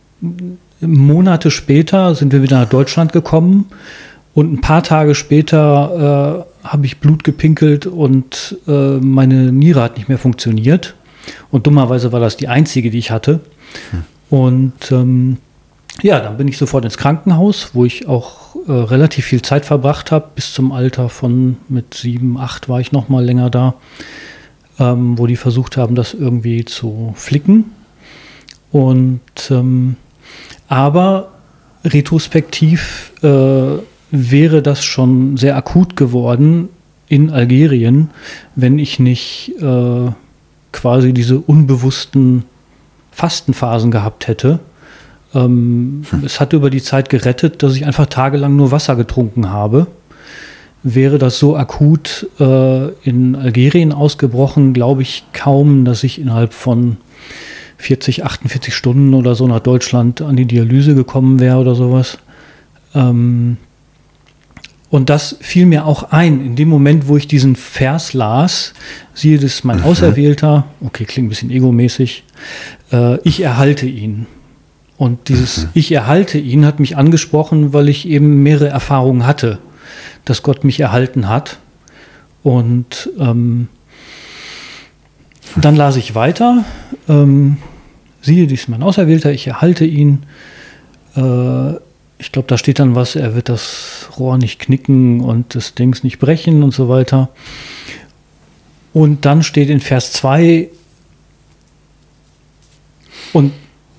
Monate später sind wir wieder nach Deutschland gekommen und ein paar Tage später äh, habe ich Blut gepinkelt und äh, meine Niere hat nicht mehr funktioniert. Und dummerweise war das die einzige, die ich hatte. Hm. Und ähm, ja, dann bin ich sofort ins Krankenhaus, wo ich auch äh, relativ viel Zeit verbracht habe. Bis zum Alter von mit sieben, acht war ich noch mal länger da, ähm, wo die versucht haben, das irgendwie zu flicken. Und ähm, aber retrospektiv äh, wäre das schon sehr akut geworden in Algerien, wenn ich nicht äh, quasi diese unbewussten Fastenphasen gehabt hätte. Ähm, hm. Es hat über die Zeit gerettet, dass ich einfach tagelang nur Wasser getrunken habe. Wäre das so akut äh, in Algerien ausgebrochen, glaube ich kaum, dass ich innerhalb von vierzig, achtundvierzig Stunden oder so nach Deutschland an die Dialyse gekommen wäre oder sowas. Ähm, und das fiel mir auch ein, in dem Moment, wo ich diesen Vers las, siehe, das ist mein mhm. Auserwählter, okay, klingt ein bisschen egomäßig, äh, ich erhalte ihn. Und dieses mhm. Ich erhalte ihn hat mich angesprochen, weil ich eben mehrere Erfahrungen hatte, dass Gott mich erhalten hat. Und ähm, dann las ich weiter, ähm, siehe, dies ist mein Auserwählter, ich erhalte ihn. Äh, ich glaube, da steht dann was, er wird das Rohr nicht knicken und das Dings nicht brechen und so weiter. Und dann steht in Vers zwei, und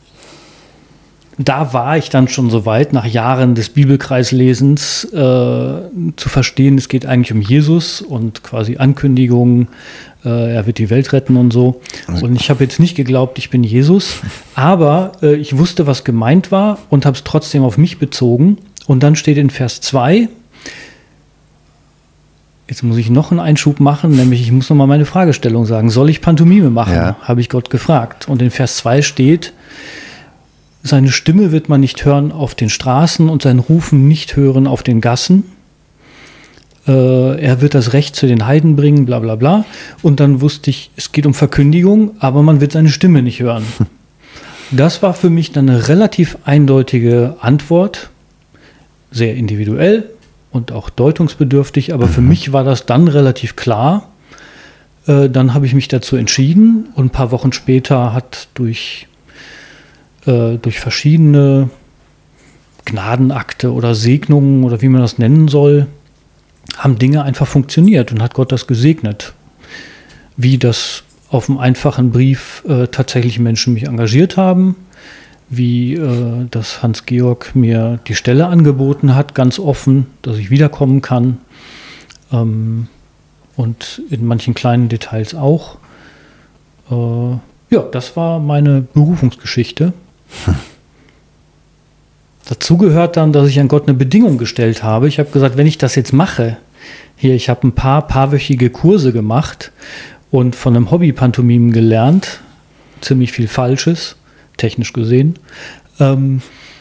da war ich dann schon so weit, nach Jahren des Bibelkreislesens äh, zu verstehen, es geht eigentlich um Jesus und quasi Ankündigungen, äh, er wird die Welt retten und so. Und ich habe jetzt nicht geglaubt, ich bin Jesus, aber äh, ich wusste, was gemeint war und habe es trotzdem auf mich bezogen. Und dann steht in Vers zwei, jetzt muss ich noch einen Einschub machen, nämlich ich muss nochmal meine Fragestellung sagen, soll ich Pantomime machen, ja. habe ich Gott gefragt. Und in Vers zwei steht, seine Stimme wird man nicht hören auf den Straßen und sein Rufen nicht hören auf den Gassen. Äh, er wird das Recht zu den Heiden bringen, bla bla bla. Und dann wusste ich, es geht um Verkündigung, aber man wird seine Stimme nicht hören. Das war für mich dann eine relativ eindeutige Antwort, sehr individuell und auch deutungsbedürftig, aber für mich war das dann relativ klar. Äh, dann habe ich mich dazu entschieden und ein paar Wochen später hat durch durch verschiedene Gnadenakte oder Segnungen oder wie man das nennen soll, haben Dinge einfach funktioniert und hat Gott das gesegnet. Wie das auf einem einfachen Brief äh, tatsächlich Menschen mich engagiert haben, wie äh, das Hans-Georg mir die Stelle angeboten hat, ganz offen, dass ich wiederkommen kann, ähm, und in manchen kleinen Details auch. Äh, ja, das war meine Berufungsgeschichte. Hm. Dazu gehört dann, dass ich an Gott eine Bedingung gestellt habe. Ich habe gesagt, wenn ich das jetzt mache, hier, ich habe ein paar paarwöchige Kurse gemacht und von einem Hobby-Pantomimen gelernt, ziemlich viel Falsches, technisch gesehen. Ähm,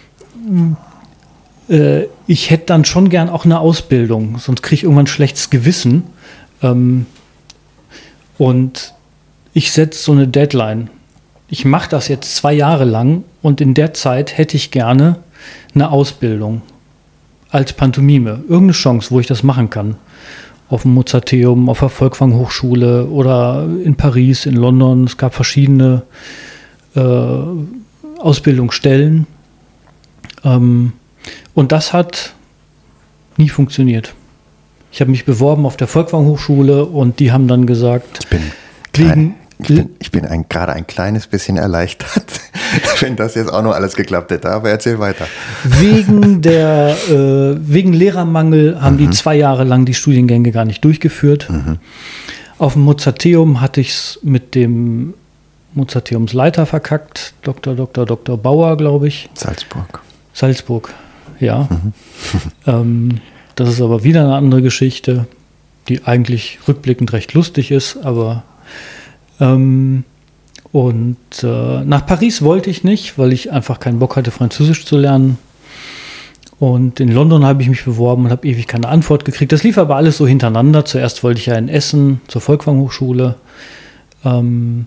äh, ich hätte dann schon gern auch eine Ausbildung, sonst kriege ich irgendwann ein schlechtes Gewissen. Ähm, und ich setze so eine Deadline. Ich mache das jetzt zwei Jahre lang und in der Zeit hätte ich gerne eine Ausbildung als Pantomime. Irgendeine Chance, wo ich das machen kann. Auf dem Mozarteum, auf der Volkwang-Hochschule oder in Paris, in London. Es gab verschiedene äh, Ausbildungsstellen. Ähm, und das hat nie funktioniert. Ich habe mich beworben auf der Volkwang-Hochschule und die haben dann gesagt, ich bin wegen Ich bin, ich bin ein, gerade ein kleines bisschen erleichtert, wenn das jetzt auch noch alles geklappt hätte. Aber erzähl weiter. Wegen, der, äh, wegen Lehrermangel haben mhm. die zwei Jahre lang die Studiengänge gar nicht durchgeführt. Mhm. Auf dem Mozarteum hatte ich es mit dem Mozarteumsleiter verkackt. Doktor Doktor Doktor Bauer, glaube ich. Salzburg. Salzburg, ja. Mhm. ähm, das ist aber wieder eine andere Geschichte, die eigentlich rückblickend recht lustig ist, aber Ähm, und äh, nach Paris wollte ich nicht, weil ich einfach keinen Bock hatte, Französisch zu lernen. Und in London habe ich mich beworben und habe ewig keine Antwort gekriegt. Das lief aber alles so hintereinander. Zuerst wollte ich ja in Essen zur Volkwang-Hochschule. Ähm,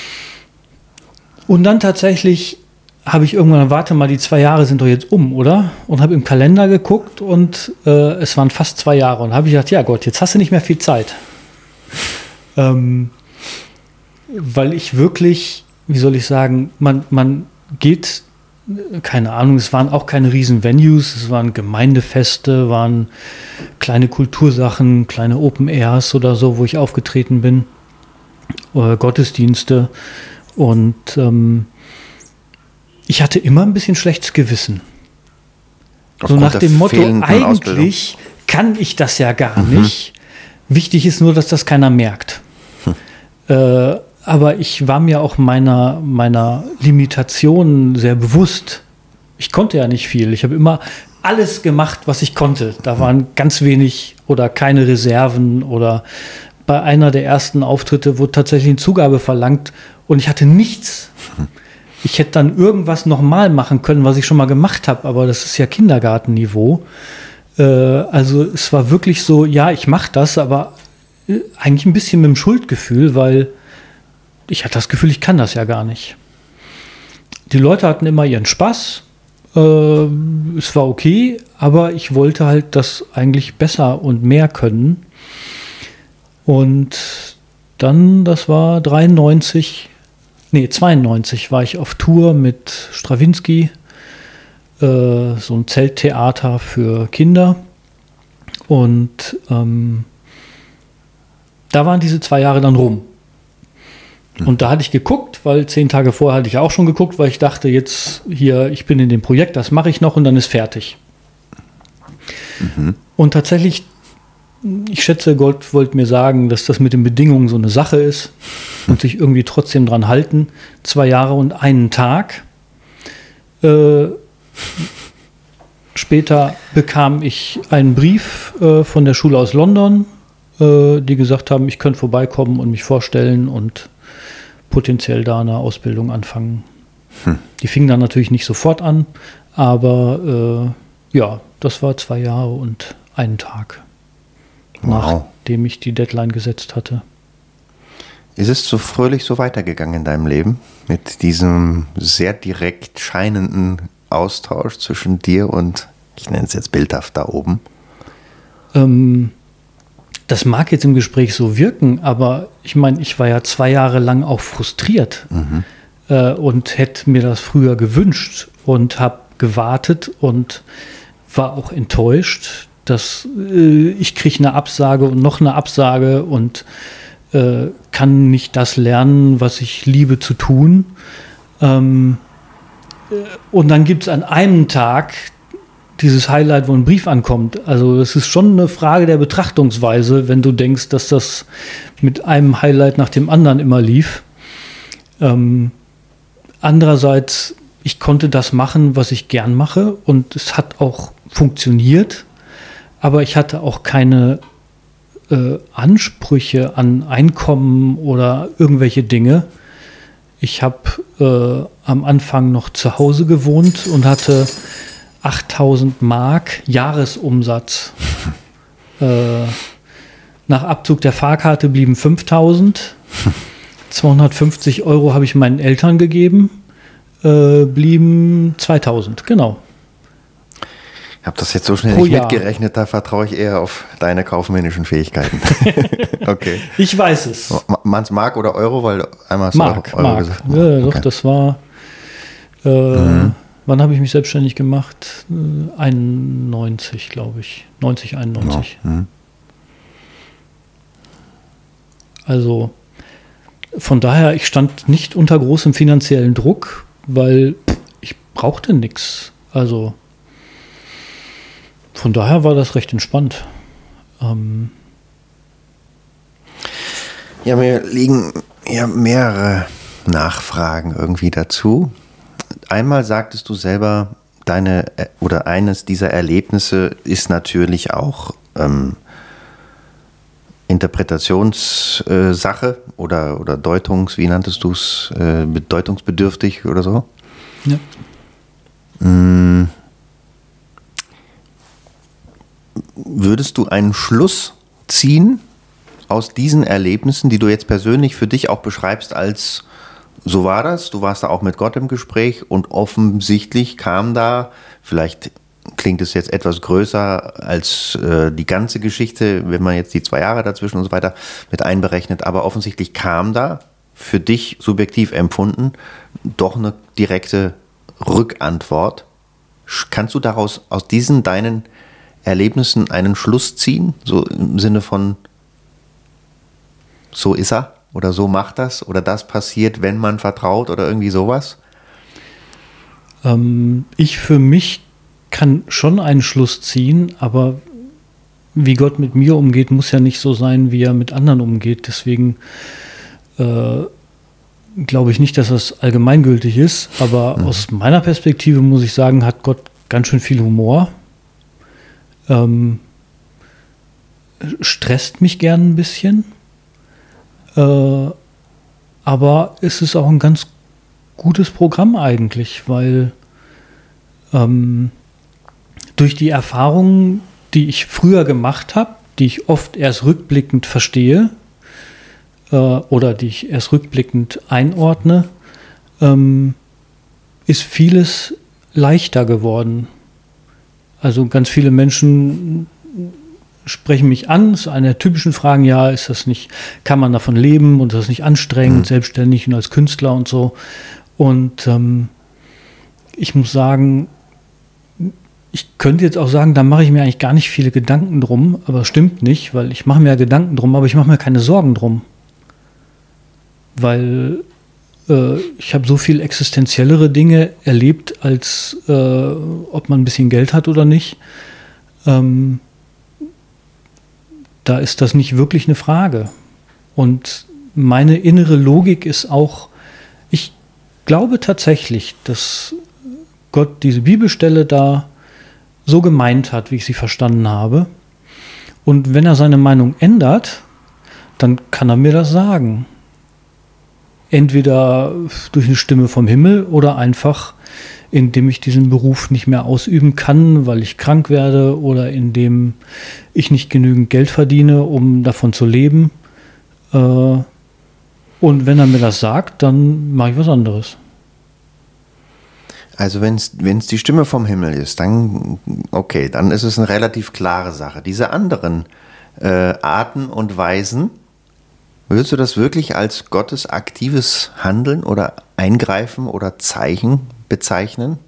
und dann tatsächlich habe ich irgendwann, warte mal, die zwei Jahre sind doch jetzt um, oder? Und habe im Kalender geguckt und äh, es waren fast zwei Jahre. Und habe ich gedacht, ja Gott, jetzt hast du nicht mehr viel Zeit. Ähm, Weil ich wirklich, wie soll ich sagen, man, man geht, keine Ahnung, es waren auch keine riesen Venues, es waren Gemeindefeste, waren kleine Kultursachen, kleine Open Airs oder so, wo ich aufgetreten bin, oder Gottesdienste. Und ähm, ich hatte immer ein bisschen schlechtes Gewissen. So nach dem Motto, eigentlich kann ich das ja gar mhm. nicht. Wichtig ist nur, dass das keiner merkt. Hm. Äh, Aber ich war mir auch meiner, meiner Limitationen sehr bewusst. Ich konnte ja nicht viel. Ich habe immer alles gemacht, was ich konnte. Da waren ganz wenig oder keine Reserven. Oder bei einer der ersten Auftritte wurde tatsächlich eine Zugabe verlangt und ich hatte nichts. ich hätte dann irgendwas nochmal machen können, was ich schon mal gemacht habe, aber das ist ja Kindergartenniveau. Äh, also es war wirklich so, ja, ich mache das, aber äh, eigentlich ein bisschen mit dem Schuldgefühl, weil ich hatte das Gefühl, ich kann das ja gar nicht. Die Leute hatten immer ihren Spaß, äh, es war okay, aber ich wollte halt das eigentlich besser und mehr können. Und dann, das war dreiundneunzig, nee, zweiundneunzig war ich auf Tour mit Strawinsky, äh, so ein Zelttheater für Kinder. Und ähm, da waren diese zwei Jahre dann rum. Und da hatte ich geguckt, weil zehn Tage vorher hatte ich auch schon geguckt, weil ich dachte, jetzt hier, ich bin in dem Projekt, das mache ich noch und dann ist fertig. Mhm. Und tatsächlich, ich schätze, Gott wollte mir sagen, dass das mit den Bedingungen so eine Sache ist und sich irgendwie trotzdem dran halten. Zwei Jahre und einen Tag. Äh, später bekam ich einen Brief äh, von der Schule aus London, äh, die gesagt haben, ich könnte vorbeikommen und mich vorstellen und potenziell da eine Ausbildung anfangen. Hm. Die fing dann natürlich nicht sofort an, aber äh, ja, das war zwei Jahre und einen Tag, wow. Nachdem ich die Deadline gesetzt hatte. Ist es so fröhlich so weitergegangen in deinem Leben mit diesem sehr direkt scheinenden Austausch zwischen dir und, ich nenne es jetzt bildhaft, da oben? Ähm, Das mag jetzt im Gespräch so wirken, aber ich meine, ich war ja zwei Jahre lang auch frustriert mhm. äh, und hätte mir das früher gewünscht und habe gewartet und war auch enttäuscht, dass äh, ich kriege eine Absage und noch eine Absage und äh, kann nicht das lernen, was ich liebe zu tun. Ähm, äh, und dann gibt es an einem Tag dieses Highlight, wo ein Brief ankommt. Also das ist schon eine Frage der Betrachtungsweise, wenn du denkst, dass das mit einem Highlight nach dem anderen immer lief. Ähm, andererseits, ich konnte das machen, was ich gern mache und es hat auch funktioniert, aber ich hatte auch keine äh, Ansprüche an Einkommen oder irgendwelche Dinge. Ich habe äh, am Anfang noch zu Hause gewohnt und hatte achttausend Mark Jahresumsatz. äh, nach Abzug der Fahrkarte blieben fünftausend. zweihundertfünfzig Euro habe ich meinen Eltern gegeben. Äh, blieben zweitausend, genau. Ich habe das jetzt so schnell Pro nicht Jahr. mitgerechnet, da vertraue ich eher auf deine kaufmännischen Fähigkeiten. Okay. Ich weiß es. Man es Mark oder Euro, weil einmal hast du Mark, Euro Mark. gesagt. Ja, okay. doch, das war äh, mhm. Wann habe ich mich selbstständig gemacht? einundneunzig, glaube ich. neunzig, einundneunzig. Ja. Mhm. Also von daher, ich stand nicht unter großem finanziellen Druck, weil ich brauchte nichts. Also von daher war das recht entspannt. Ähm ja, mir liegen ja mehrere Nachfragen irgendwie dazu. Einmal sagtest du selber, deine oder eines dieser Erlebnisse ist natürlich auch ähm, Interpretationssache äh, oder, oder Deutungs, wie nanntest du es, äh, bedeutungsbedürftig oder so? Ja. Hm. Würdest du einen Schluss ziehen aus diesen Erlebnissen, die du jetzt persönlich für dich auch beschreibst als so war das, du warst da auch mit Gott im Gespräch und offensichtlich kam da, vielleicht klingt es jetzt etwas größer als äh, die ganze Geschichte, wenn man jetzt die zwei Jahre dazwischen und so weiter mit einberechnet, aber offensichtlich kam da für dich subjektiv empfunden doch eine direkte Rückantwort. Kannst du daraus, aus diesen deinen Erlebnissen einen Schluss ziehen? So im Sinne von, so ist er? Oder so macht das oder das passiert, wenn man vertraut oder irgendwie sowas? Ähm, ich für mich kann schon einen Schluss ziehen, aber wie Gott mit mir umgeht, muss ja nicht so sein, wie er mit anderen umgeht. Deswegen äh, glaube ich nicht, dass das allgemeingültig ist, aber mhm. aus meiner Perspektive muss ich sagen, hat Gott ganz schön viel Humor. Ähm, stresst mich gern ein bisschen. Äh, aber es ist auch ein ganz gutes Programm eigentlich, weil ähm, durch die Erfahrungen, die ich früher gemacht habe, die ich oft erst rückblickend verstehe äh, oder die ich erst rückblickend einordne, ähm, ist vieles leichter geworden. Also ganz viele Menschen sprechen mich an, das ist eine der typischen Fragen, ja, ist das nicht, kann man davon leben und ist das nicht anstrengend, mhm. selbstständig und als Künstler und so. Und ähm, ich muss sagen, ich könnte jetzt auch sagen, da mache ich mir eigentlich gar nicht viele Gedanken drum, aber stimmt nicht, weil ich mache mir ja Gedanken drum, aber ich mache mir keine Sorgen drum. Weil äh, ich habe so viel existenziellere Dinge erlebt, als äh, ob man ein bisschen Geld hat oder nicht. Ähm, da ist das nicht wirklich eine Frage. Und meine innere Logik ist auch, ich glaube tatsächlich, dass Gott diese Bibelstelle da so gemeint hat, wie ich sie verstanden habe. Und wenn er seine Meinung ändert, dann kann er mir das sagen. Entweder durch eine Stimme vom Himmel oder einfach, indem ich diesen Beruf nicht mehr ausüben kann, weil ich krank werde oder indem ich nicht genügend Geld verdiene, um davon zu leben. Und wenn er mir das sagt, dann mache ich was anderes. Also wenn es die Stimme vom Himmel ist, dann okay, dann ist es eine relativ klare Sache. Diese anderen äh, Arten und Weisen, würdest du das wirklich als Gottes aktives Handeln oder Eingreifen oder Zeichen bezeichnen?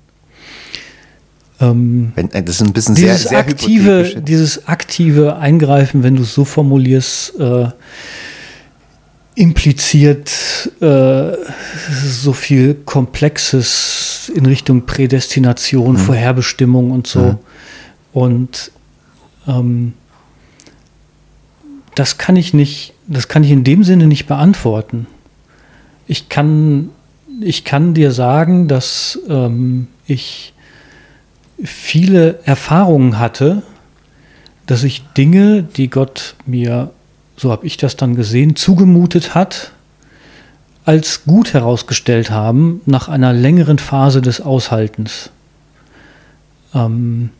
Ähm, wenn, das ist ein bisschen dieses sehr, sehr aktive, dieses aktive Eingreifen, wenn du es so formulierst, äh, impliziert äh, so viel Komplexes in Richtung Prädestination, mhm. Vorherbestimmung und so. Mhm. Und ähm, das kann ich nicht, das kann ich in dem Sinne nicht beantworten. Ich kann, ich kann dir sagen, dass ähm, ich viele Erfahrungen hatte, dass ich Dinge, die Gott mir, so habe ich das dann gesehen, zugemutet hat, als gut herausgestellt haben, nach einer längeren Phase des Aushaltens. Ähm,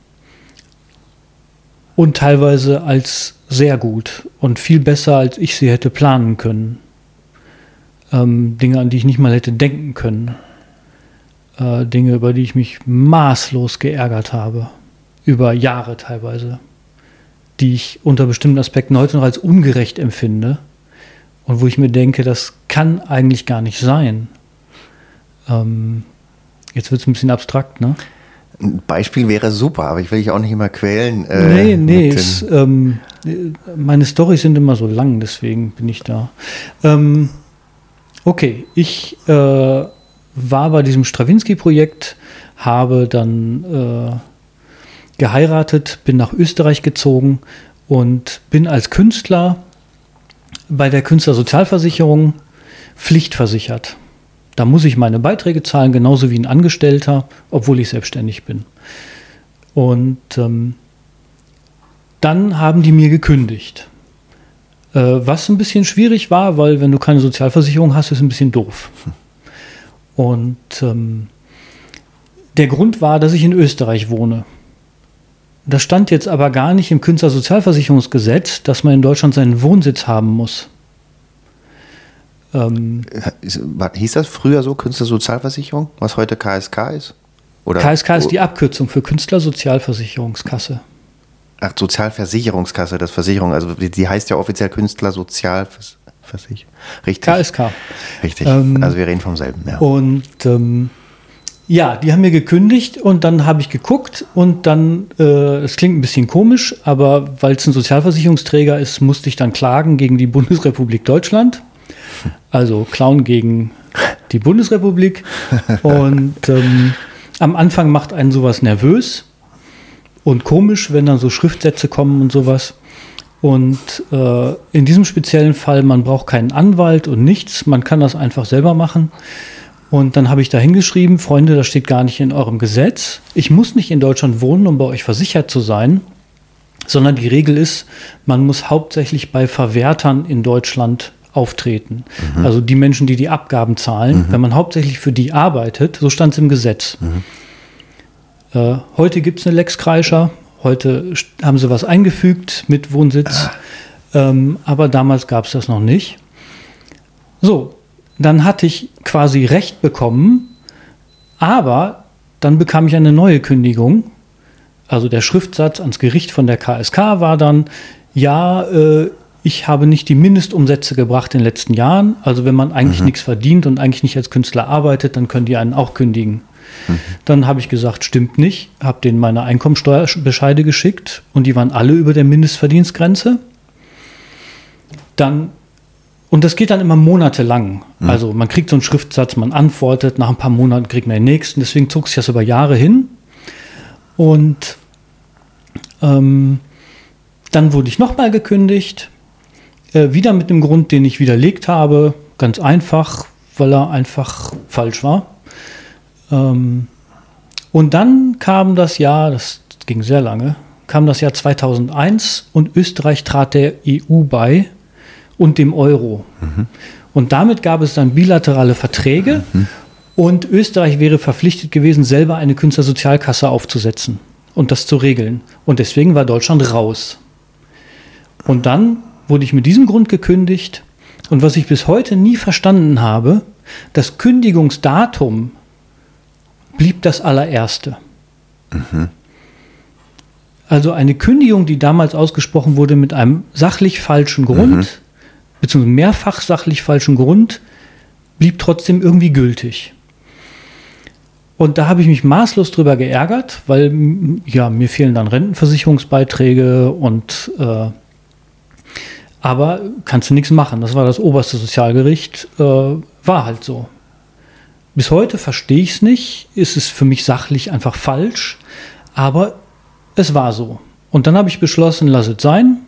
und teilweise als sehr gut und viel besser, als ich sie hätte planen können. Ähm, Dinge, an die ich nicht mal hätte denken können. Äh, Dinge, über die ich mich maßlos geärgert habe. Über Jahre teilweise. Die ich unter bestimmten Aspekten heute noch als ungerecht empfinde und wo ich mir denke, das kann eigentlich gar nicht sein. Ähm, jetzt wird es ein bisschen abstrakt, ne? Ein Beispiel wäre super, aber ich will dich auch nicht immer quälen. Äh, nee, nee, es, ähm, meine Storys sind immer so lang, deswegen bin ich da. Ähm, okay, ich äh, war bei diesem Stravinsky-Projekt, habe dann äh, geheiratet, bin nach Österreich gezogen und bin als Künstler bei der Künstlersozialversicherung pflichtversichert. Da muss ich meine Beiträge zahlen, genauso wie ein Angestellter, obwohl ich selbstständig bin. Und ähm, dann haben die mir gekündigt. Äh, was ein bisschen schwierig war, weil wenn du keine Sozialversicherung hast, ist es ein bisschen doof. Und ähm, der Grund war, dass ich in Österreich wohne. Das stand jetzt aber gar nicht im Künstlersozialversicherungsgesetz, dass man in Deutschland seinen Wohnsitz haben muss. Ähm, Hieß das früher so, Künstlersozialversicherung, was heute K S K ist? Oder? K S K ist die Abkürzung für Künstlersozialversicherungskasse. Ach, Sozialversicherungskasse, das Versicherung, also die, die heißt ja offiziell Künstlersozialversicherung. Richtig. K S K. Richtig, ähm, also wir reden vom selben. Ja. Und ähm, ja, die haben mir gekündigt und dann habe ich geguckt und dann, äh, es klingt ein bisschen komisch, aber weil es ein Sozialversicherungsträger ist, musste ich dann klagen gegen die Bundesrepublik Deutschland. Also klauen gegen die Bundesrepublik. Und ähm, am Anfang macht einen sowas nervös und komisch, wenn dann so Schriftsätze kommen und sowas. Und äh, in diesem speziellen Fall, man braucht keinen Anwalt und nichts, man kann das einfach selber machen. Und dann habe ich da hingeschrieben, Freunde, das steht gar nicht in eurem Gesetz. Ich muss nicht in Deutschland wohnen, um bei euch versichert zu sein, sondern die Regel ist, man muss hauptsächlich bei Verwertern in Deutschland auftreten. Mhm. Also die Menschen, die die Abgaben zahlen, mhm. wenn man hauptsächlich für die arbeitet, so stand es im Gesetz. Mhm. Äh, heute gibt es eine Lex Kreischer, heute haben sie was eingefügt mit Wohnsitz, ah. ähm, aber damals gab es das noch nicht. So, dann hatte ich quasi Recht bekommen, aber dann bekam ich eine neue Kündigung. Also der Schriftsatz ans Gericht von der K S K war dann, ja, äh, ich habe nicht die Mindestumsätze gebracht in den letzten Jahren. Also wenn man eigentlich mhm. nichts verdient und eigentlich nicht als Künstler arbeitet, dann können die einen auch kündigen. Mhm. Dann habe ich gesagt, stimmt nicht, habe denen meine Einkommensteuerbescheide geschickt und die waren alle über der Mindestverdienstgrenze. Dann, und das geht dann immer monatelang. Mhm. Also man kriegt so einen Schriftsatz, man antwortet, nach ein paar Monaten kriegt man den nächsten. Deswegen zog sich das über Jahre hin. Und ähm, dann wurde ich nochmal gekündigt. Äh, wieder mit dem Grund, den ich widerlegt habe. Ganz einfach, weil er einfach falsch war. Ähm, und dann kam das Jahr, das ging sehr lange, kam das Jahr zweitausendeins und Österreich trat der E U bei und dem Euro. Mhm. Und damit gab es dann bilaterale Verträge mhm. und Österreich wäre verpflichtet gewesen, selber eine Künstlersozialkasse aufzusetzen und das zu regeln. Und deswegen war Deutschland raus. Und dann wurde ich mit diesem Grund gekündigt. Und was ich bis heute nie verstanden habe, das Kündigungsdatum blieb das allererste. Mhm. Also eine Kündigung, die damals ausgesprochen wurde mit einem sachlich falschen Grund, mhm. beziehungsweise mehrfach sachlich falschen Grund, blieb trotzdem irgendwie gültig. Und da habe ich mich maßlos drüber geärgert, weil ja, mir fehlen dann Rentenversicherungsbeiträge und äh, aber kannst du nichts machen. Das war das oberste Sozialgericht, äh, war halt so. Bis heute verstehe ich es nicht, ist es für mich sachlich einfach falsch, aber es war so. Und dann habe ich beschlossen, lass es sein.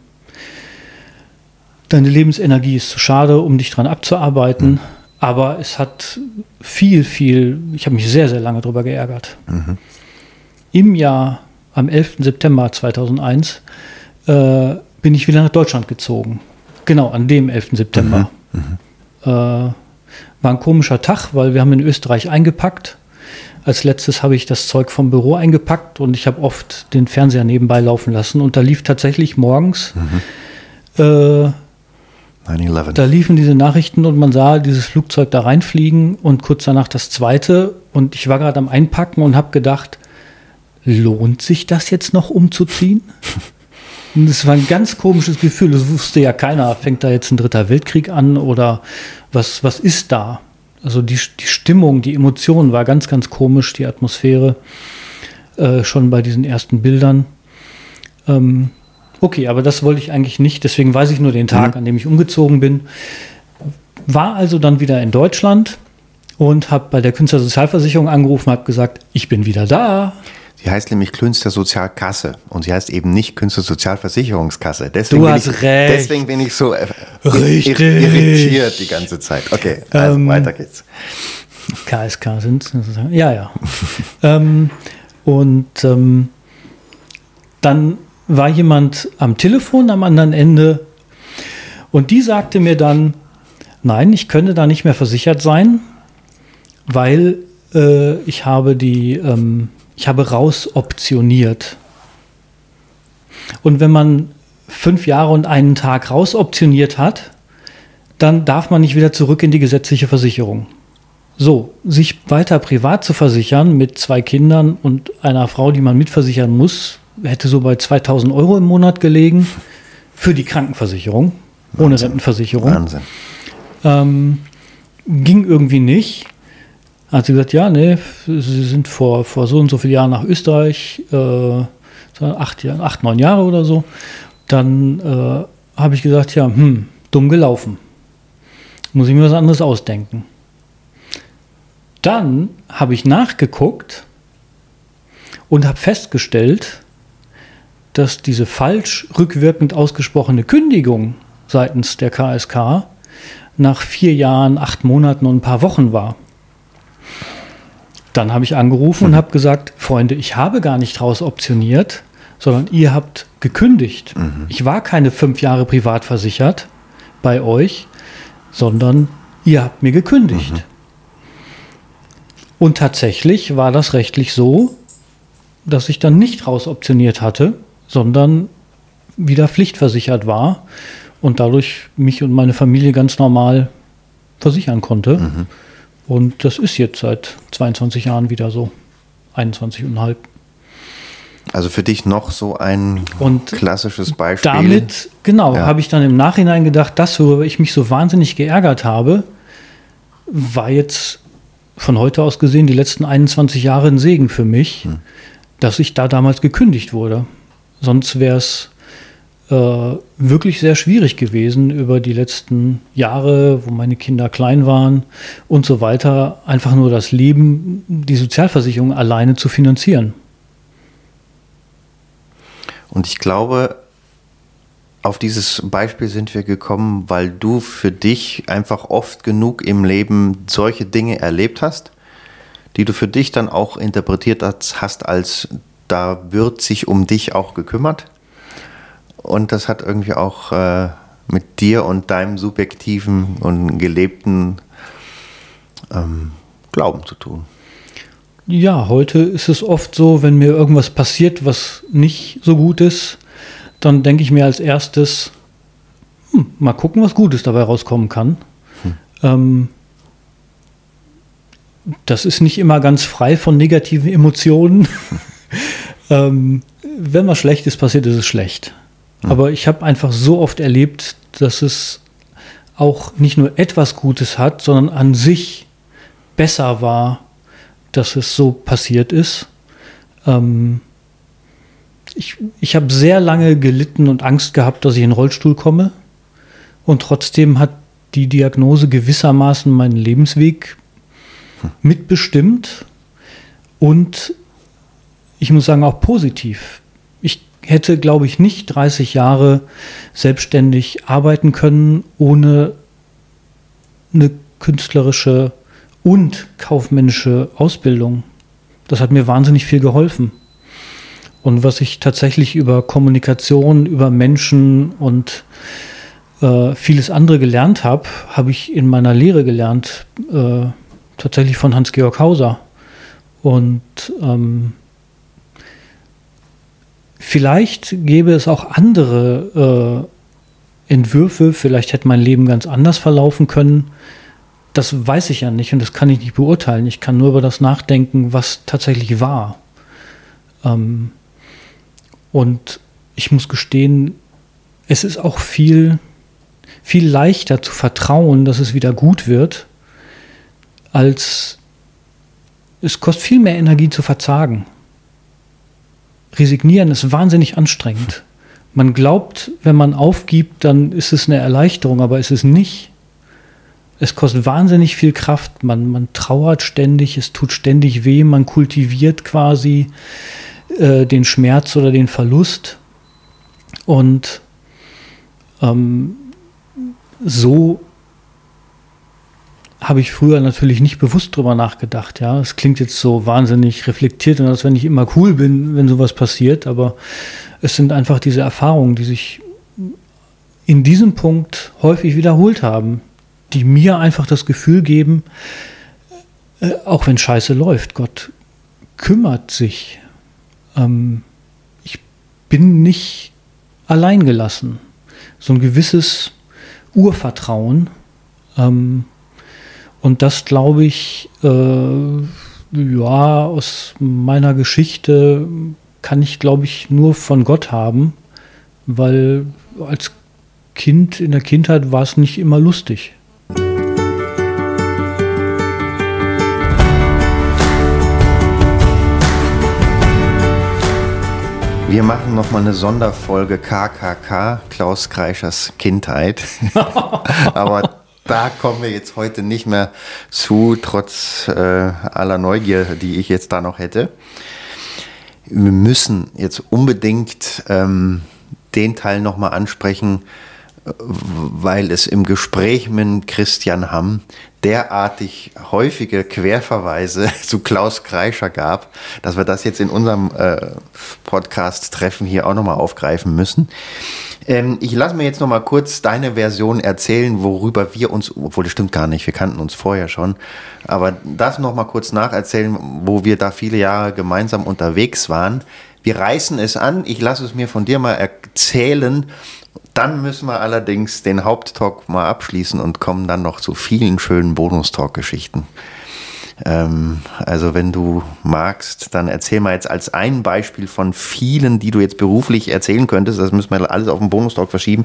Deine Lebensenergie ist zu schade, um dich dran abzuarbeiten. Mhm. Aber es hat viel, viel, ich habe mich sehr, sehr lange drüber geärgert. Mhm. Im Jahr, am elften September zweitausendeins, äh, bin ich wieder nach Deutschland gezogen. Genau, an dem elften September. Mhm. Mhm. Äh, war ein komischer Tag, weil wir haben in Österreich eingepackt. Als letztes habe ich das Zeug vom Büro eingepackt und ich habe oft den Fernseher nebenbei laufen lassen. Und da lief tatsächlich morgens, mhm. äh, nine eleven. Da liefen diese Nachrichten und man sah dieses Flugzeug da reinfliegen und kurz danach das zweite. Und ich war gerade am Einpacken und habe gedacht, lohnt sich das jetzt noch umzuziehen? Und das war ein ganz komisches Gefühl. Das wusste ja keiner, fängt da jetzt ein dritter Weltkrieg an oder was, was ist da? Also die, die Stimmung, die Emotionen war ganz, ganz komisch, die Atmosphäre, äh, schon bei diesen ersten Bildern. Ähm, okay, aber das wollte ich eigentlich nicht, deswegen weiß ich nur den Tag, mhm. an dem ich umgezogen bin. War also dann wieder in Deutschland und habe bei der Künstlersozialversicherung angerufen, habe gesagt, ich bin wieder da. Sie heißt nämlich Künstlersozialkasse und sie heißt eben nicht Künstlersozialversicherungskasse. Deswegen du bin hast ich, recht. Deswegen bin ich so äh, Richtig. irritiert die ganze Zeit. Okay, also ähm, weiter geht's. K S K sind ja, ja. ähm, und ähm, dann war jemand am Telefon am anderen Ende und die sagte mir dann, nein, ich könne da nicht mehr versichert sein, weil äh, ich habe die ähm, Ich habe rausoptioniert. Und wenn man fünf Jahre und einen Tag rausoptioniert hat, dann darf man nicht wieder zurück in die gesetzliche Versicherung. So, sich weiter privat zu versichern mit zwei Kindern und einer Frau, die man mitversichern muss, hätte so bei zweitausend Euro im Monat gelegen für die Krankenversicherung, Wahnsinn. Ohne Rentenversicherung. Wahnsinn. Ähm, ging irgendwie nicht. Hat sie gesagt, ja, nee, sie sind vor, vor so und so vielen Jahren nach Österreich, äh, acht, acht, neun Jahre oder so. Dann äh, habe ich gesagt, ja, hm, dumm gelaufen. Muss ich mir was anderes ausdenken. Dann habe ich nachgeguckt und habe festgestellt, dass diese falsch rückwirkend ausgesprochene Kündigung seitens der K S K nach vier Jahren, acht Monaten und ein paar Wochen war. Dann habe ich angerufen mhm. und habe gesagt, Freunde, ich habe gar nicht rausoptioniert, sondern ihr habt gekündigt. Mhm. Ich war keine fünf Jahre privat versichert bei euch. sondern ihr habt mir gekündigt. Mhm. Und tatsächlich war das rechtlich so, dass ich dann nicht rausoptioniert hatte, sondern wieder pflichtversichert war und dadurch mich und meine Familie ganz normal versichern konnte. Mhm. Und das ist jetzt seit zweiundzwanzig Jahren wieder so, einundzwanzig Komma fünf. Also für dich noch so ein und klassisches Beispiel. Damit, genau, ja. habe ich dann im Nachhinein gedacht, das, worüber ich mich so wahnsinnig geärgert habe, war jetzt von heute aus gesehen die letzten einundzwanzig Jahre ein Segen für mich, hm. dass ich da damals gekündigt wurde. Sonst wäre es äh, wirklich sehr schwierig gewesen, über die letzten Jahre, wo meine Kinder klein waren und so weiter, einfach nur das Leben, die Sozialversicherung alleine zu finanzieren. Und ich glaube, auf dieses Beispiel sind wir gekommen, weil du für dich einfach oft genug im Leben solche Dinge erlebt hast, die du für dich dann auch interpretiert hast, als da wird sich um dich auch gekümmert. Und das hat irgendwie auch äh, mit dir und deinem subjektiven und gelebten ähm, Glauben zu tun. Ja, heute ist es oft so, wenn mir irgendwas passiert, was nicht so gut ist, dann denke ich mir als erstes, hm, mal gucken, was Gutes dabei rauskommen kann. Hm. Ähm, das ist nicht immer ganz frei von negativen Emotionen. ähm, wenn was Schlechtes passiert, ist es schlecht. Hm. Aber ich habe einfach so oft erlebt, dass es auch nicht nur etwas Gutes hat, sondern an sich besser war, dass es so passiert ist. Ähm, ich ich habe sehr lange gelitten und Angst gehabt, dass ich in den Rollstuhl komme. Und trotzdem hat die Diagnose gewissermaßen meinen Lebensweg hm. mitbestimmt. Und ich muss sagen, auch positiv. Ich hätte, glaube ich, nicht dreißig Jahre selbstständig arbeiten können, ohne eine künstlerische und kaufmännische Ausbildung. Das hat mir wahnsinnig viel geholfen. Und was ich tatsächlich über Kommunikation, über Menschen und äh, vieles andere gelernt habe, habe ich in meiner Lehre gelernt, äh, tatsächlich von Hans-Georg Hauser. Und ähm, vielleicht gäbe es auch andere äh, Entwürfe, vielleicht hätte mein Leben ganz anders verlaufen können. Das weiß ich ja nicht und das kann ich nicht beurteilen. Ich kann nur über das nachdenken, was tatsächlich war. Ähm, und ich muss gestehen, es ist auch viel, viel leichter zu vertrauen, dass es wieder gut wird, als es kostet viel mehr Energie zu verzagen. Resignieren ist wahnsinnig anstrengend. Man glaubt, wenn man aufgibt, dann ist es eine Erleichterung, aber es ist nicht. Es kostet wahnsinnig viel Kraft, man, man trauert ständig, es tut ständig weh, man kultiviert quasi äh, den Schmerz oder den Verlust. Und ähm, so habe ich früher natürlich nicht bewusst drüber nachgedacht. Ja, es klingt jetzt so wahnsinnig reflektiert und als wenn ich immer cool bin, wenn sowas passiert, aber es sind einfach diese Erfahrungen, die sich in diesem Punkt häufig wiederholt haben, die mir einfach das Gefühl geben, äh, auch wenn Scheiße läuft, Gott kümmert sich. Ähm, ich bin nicht allein gelassen. So ein gewisses Urvertrauen. Ähm, und das, glaube ich, äh, ja, aus meiner Geschichte kann ich, glaube ich, nur von Gott haben, weil als Kind, in der Kindheit war es nicht immer lustig. Wir machen nochmal eine Sonderfolge K K K, Klaus Kreischers Kindheit. Aber da kommen wir jetzt heute nicht mehr zu, trotz äh, aller Neugier, die ich jetzt da noch hätte. Wir müssen jetzt unbedingt ähm, den Teil nochmal ansprechen, weil es im Gespräch mit Christian Hamm derartig häufige Querverweise zu Klaus Kreischer gab, dass wir das jetzt in unserem äh, Podcast-Treffen hier auch nochmal aufgreifen müssen. Ähm, ich lasse mir jetzt nochmal kurz deine Version erzählen, worüber wir uns, obwohl das stimmt gar nicht, wir kannten uns vorher schon, aber das nochmal kurz nacherzählen, wo wir da viele Jahre gemeinsam unterwegs waren. Wir reißen es an, ich lasse es mir von dir mal erzählen. Dann müssen wir allerdings den Haupttalk mal abschließen und kommen dann noch zu vielen schönen Bonus-Talk-Geschichten. Ähm, also wenn du magst, dann erzähl mal jetzt als ein Beispiel von vielen, die du jetzt beruflich erzählen könntest. Das müssen wir alles auf den Bonus-Talk verschieben.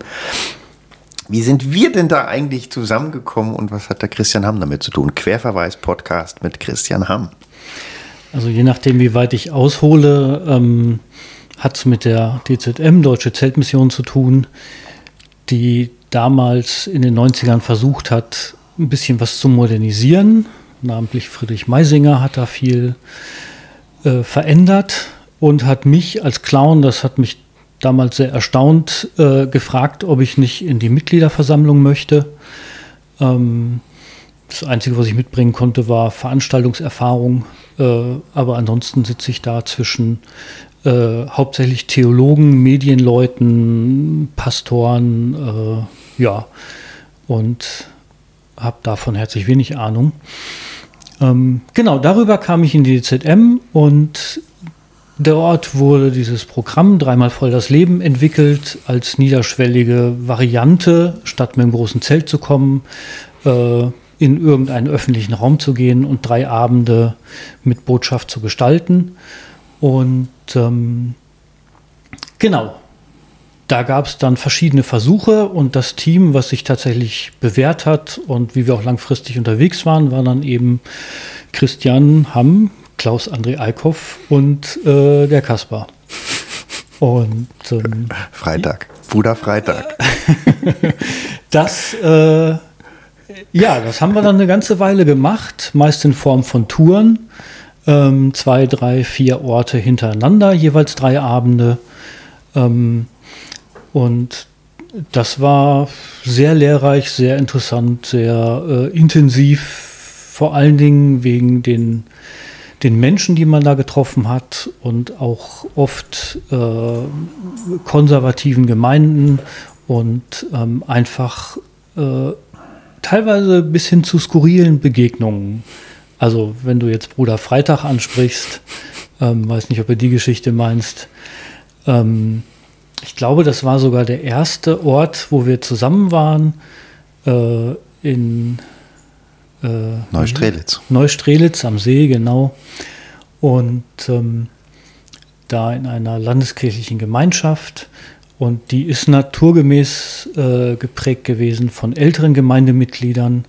Wie sind wir denn da eigentlich zusammengekommen und was hat der Christian Hamm damit zu tun? Querverweis-Podcast mit Christian Hamm. Also je nachdem, wie weit ich aushole, ähm hat es mit der D Z M, Deutsche Zeltmission, zu tun, die damals in den neunzigern versucht hat, ein bisschen was zu modernisieren. Namentlich Friedrich Meisinger hat da viel äh, verändert und hat mich als Clown, das hat mich damals sehr erstaunt, äh, gefragt, ob ich nicht in die Mitgliederversammlung möchte. Ähm, das Einzige, was ich mitbringen konnte, war Veranstaltungserfahrung. Äh, aber ansonsten sitze ich da zwischen Äh, hauptsächlich Theologen, Medienleuten, Pastoren, äh, ja, und habe davon herzlich wenig Ahnung. Ähm, genau, darüber kam ich in die D Z M und dort wurde dieses Programm Dreimal voll das Leben entwickelt als niederschwellige Variante, statt mit einem großen Zelt zu kommen, äh, in irgendeinen öffentlichen Raum zu gehen und drei Abende mit Botschaft zu gestalten. Und ähm, genau, da gab es dann verschiedene Versuche und das Team, was sich tatsächlich bewährt hat und wie wir auch langfristig unterwegs waren, war dann eben Christian Hamm, Klaus André Eickhoff und äh, der Kaspar. Und ähm, Freitag, Bruder Freitag. das, äh, ja, das haben wir dann eine ganze Weile gemacht, meist in Form von Touren. Ähm, zwei, drei, vier Orte hintereinander, jeweils drei Abende. Ähm, und das war sehr lehrreich, sehr interessant, sehr äh, intensiv, vor allen Dingen wegen den, den Menschen, die man da getroffen hat und auch oft äh, konservativen Gemeinden und ähm, einfach äh, teilweise bis hin zu skurrilen Begegnungen. Also wenn du jetzt Bruder Freitag ansprichst, ähm, weiß nicht, ob du die Geschichte meinst. Ähm, ich glaube, das war sogar der erste Ort, wo wir zusammen waren, äh, in äh, Neustrelitz. Neustrelitz am See, genau. Und ähm, da in einer landeskirchlichen Gemeinschaft. Und die ist naturgemäß äh, geprägt gewesen von älteren Gemeindemitgliedern.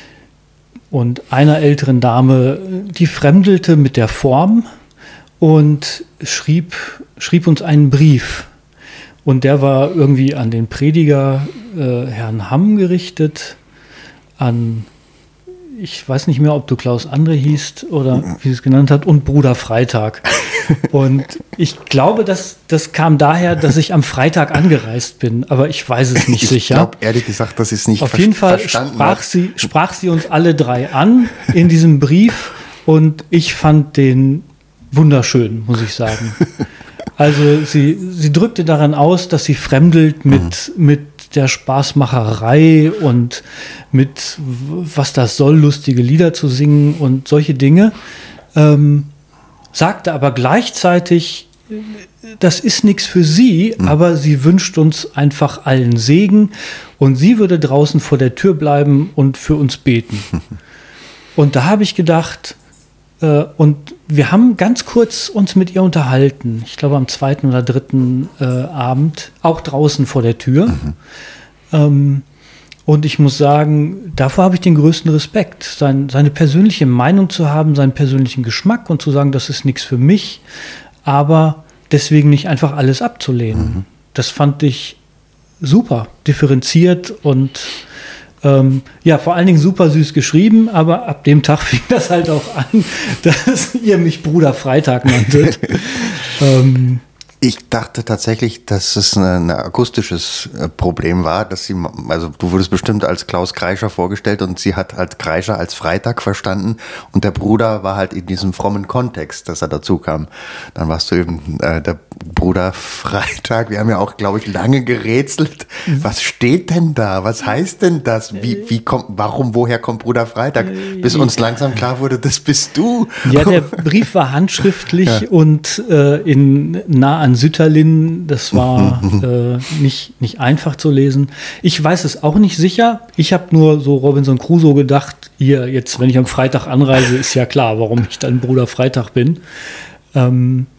Und einer älteren Dame, die fremdelte mit der Form und schrieb, schrieb uns einen Brief. Und der war irgendwie an den Prediger äh, Herrn Hamm gerichtet, an, ich weiß nicht mehr, ob du Klaus André hießt oder wie es genannt hat, und Bruder Freitag. Und ich glaube, dass das kam daher, dass ich am Freitag angereist bin, aber ich weiß es nicht ich sicher. Ich glaube, ehrlich gesagt, das ist nicht Auf jeden Fall sprach sie, sprach sie uns alle drei an in diesem Brief und ich fand den wunderschön, muss ich sagen. Also sie, sie drückte daran aus, dass sie fremdelt mit, mhm. mit der Spaßmacherei und mit, was das soll, lustige Lieder zu singen und solche Dinge. Ähm, sagte aber gleichzeitig, das ist nichts für sie, mhm. aber sie wünscht uns einfach allen Segen und sie würde draußen vor der Tür bleiben und für uns beten. Und da habe ich gedacht, äh, und wir haben ganz kurz uns mit ihr unterhalten, ich glaube am zweiten oder dritten äh, Abend, auch draußen vor der Tür. Mhm. Ähm, Und ich muss sagen, davor habe ich den größten Respekt, sein, seine persönliche Meinung zu haben, seinen persönlichen Geschmack und zu sagen, das ist nichts für mich, aber deswegen nicht einfach alles abzulehnen. Mhm. Das fand ich super, differenziert und ähm, ja, vor allen Dingen super süß geschrieben, aber ab dem Tag fing das halt auch an, dass ihr mich Bruder Freitag nanntet. ähm, Ich dachte tatsächlich, dass es ein akustisches Problem war, dass sie, also du wurdest bestimmt als Klaus Kreischer vorgestellt und sie hat halt Kreischer als Freitag verstanden und der Bruder war halt in diesem frommen Kontext, dass er dazu kam. Dann warst du eben äh, der Bruder Freitag. Wir haben ja auch, glaube ich, lange gerätselt. Mhm. Was steht denn da? Was heißt denn das? Wie, wie kommt, warum, woher kommt Bruder Freitag? Bis uns langsam klar wurde, das bist du. Ja, der Brief war handschriftlich ja. und äh, in nah an Sütterlin, das war äh, nicht, nicht einfach zu lesen. Ich weiß es auch nicht sicher. Ich habe nur so Robinson Crusoe gedacht, hier jetzt, wenn ich am Freitag anreise, ist ja klar, warum ich dann Bruder Freitag bin. Ähm,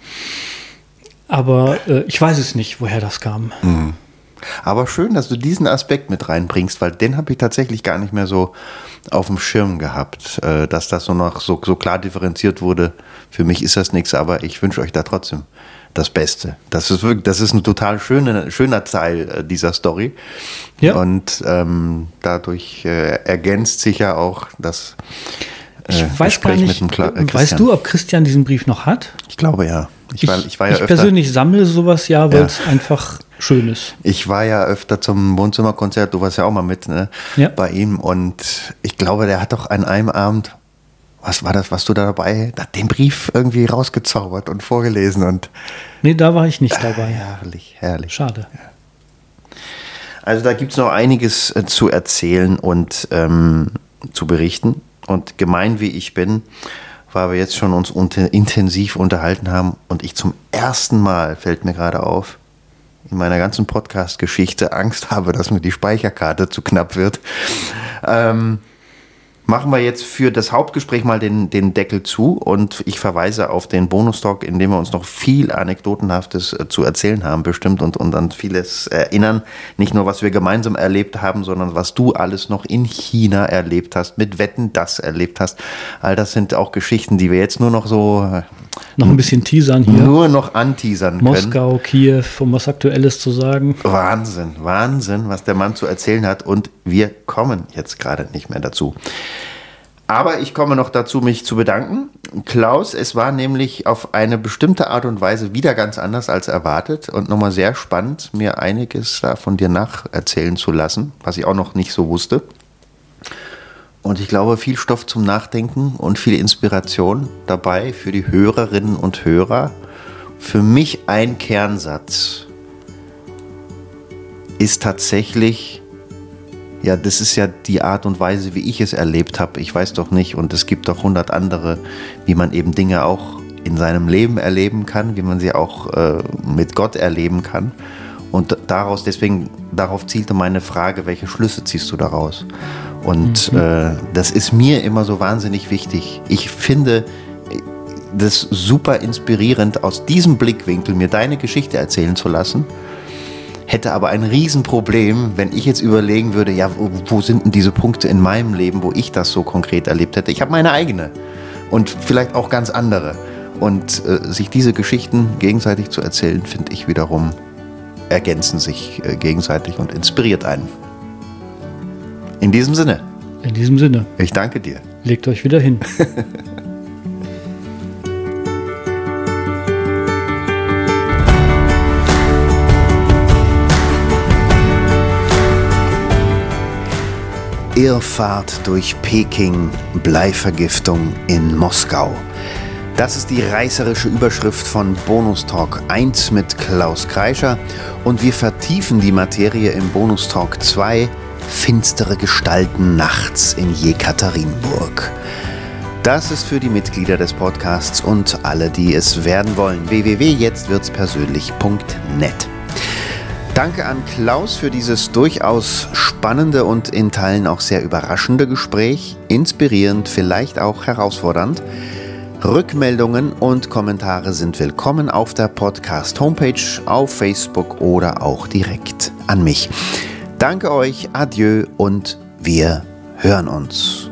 aber äh, ich weiß es nicht, woher das kam. Mhm. Aber schön, dass du diesen Aspekt mit reinbringst, weil den habe ich tatsächlich gar nicht mehr so auf dem Schirm gehabt, äh, dass das so noch so, so klar differenziert wurde. Für mich ist das nichts, aber ich wünsche euch da trotzdem das Beste. Das ist wirklich, das ist ein total schöner, schöner Teil äh, dieser Story. Ja. Und ähm, dadurch äh, ergänzt sich ja auch das äh, ich weiß Gespräch gar nicht, mit dem Kla- äh, weißt du, ob Christian diesen Brief noch hat? Ich glaube ja. Ich, ich, war, ich, war ja ich öfter, persönlich sammle sowas ja, weil es ja. einfach schön ist. Ich war ja öfter zum Wohnzimmerkonzert, du warst ja auch mal mit, ne? Ja. Bei ihm und ich glaube, der hat doch an einem Abend, was war das, was du da dabei, hat den Brief irgendwie rausgezaubert und vorgelesen und nee, da war ich nicht dabei. Äh, herrlich, herrlich. Schade. Ja. Also da gibt es noch einiges äh, zu erzählen und ähm, zu berichten und gemein wie ich bin, weil wir jetzt schon uns unter, intensiv unterhalten haben und ich zum ersten Mal, fällt mir gerade auf, in meiner ganzen Podcast-Geschichte Angst habe, dass mir die Speicherkarte zu knapp wird. Ähm, machen wir jetzt für das Hauptgespräch mal den, den Deckel zu und ich verweise auf den Bonus-Talk, in dem wir uns noch viel Anekdotenhaftes äh, zu erzählen haben bestimmt und, und an vieles erinnern. Nicht nur, was wir gemeinsam erlebt haben, sondern was du alles noch in China erlebt hast, mit Wetten, das erlebt hast. All das sind auch Geschichten, die wir jetzt nur noch so... Äh, noch ein bisschen teasern hier. Nur noch anteasern können. Moskau, Kiew, um was Aktuelles zu sagen. Wahnsinn, Wahnsinn, was der Mann zu erzählen hat und wir kommen jetzt gerade nicht mehr dazu. Aber ich komme noch dazu, mich zu bedanken. Klaus, es war nämlich auf eine bestimmte Art und Weise wieder ganz anders als erwartet und nochmal sehr spannend, mir einiges da von dir nacherzählen zu lassen, was ich auch noch nicht so wusste. Und ich glaube, viel Stoff zum Nachdenken und viel Inspiration dabei für die Hörerinnen und Hörer. Für mich ein Kernsatz ist tatsächlich, ja, das ist ja die Art und Weise, wie ich es erlebt habe. Ich weiß doch nicht, und es gibt doch hundert andere, wie man eben Dinge auch in seinem Leben erleben kann, wie man sie auch äh, mit Gott erleben kann. Und daraus, deswegen, darauf zielte meine Frage, welche Schlüsse ziehst du daraus? Und mhm. äh, das ist mir immer so wahnsinnig wichtig. Ich finde das super inspirierend, aus diesem Blickwinkel mir deine Geschichte erzählen zu lassen. Hätte aber ein Riesenproblem, wenn ich jetzt überlegen würde, ja, wo, wo sind denn diese Punkte in meinem Leben, wo ich das so konkret erlebt hätte? Ich habe meine eigene und vielleicht auch ganz andere. Und äh, sich diese Geschichten gegenseitig zu erzählen, finde ich wiederum, ergänzen sich äh, gegenseitig und inspiriert einen. In diesem Sinne. In diesem Sinne. Ich danke dir. Legt euch wieder hin. Irrfahrt durch Peking, Bleivergiftung in Moskau. Das ist die reißerische Überschrift von Bonus Talk eins mit Klaus Kreischer und wir vertiefen die Materie im Bonus Talk zwei, finstere Gestalten nachts in Jekaterinburg. Das ist für die Mitglieder des Podcasts und alle, die es werden wollen. w w w punkt jetzt wird's persönlich punkt net. Danke an Klaus für dieses durchaus spannende und in Teilen auch sehr überraschende Gespräch. Inspirierend, vielleicht auch herausfordernd. Rückmeldungen und Kommentare sind willkommen auf der Podcast-Homepage, auf Facebook oder auch direkt an mich. Danke euch, adieu und wir hören uns.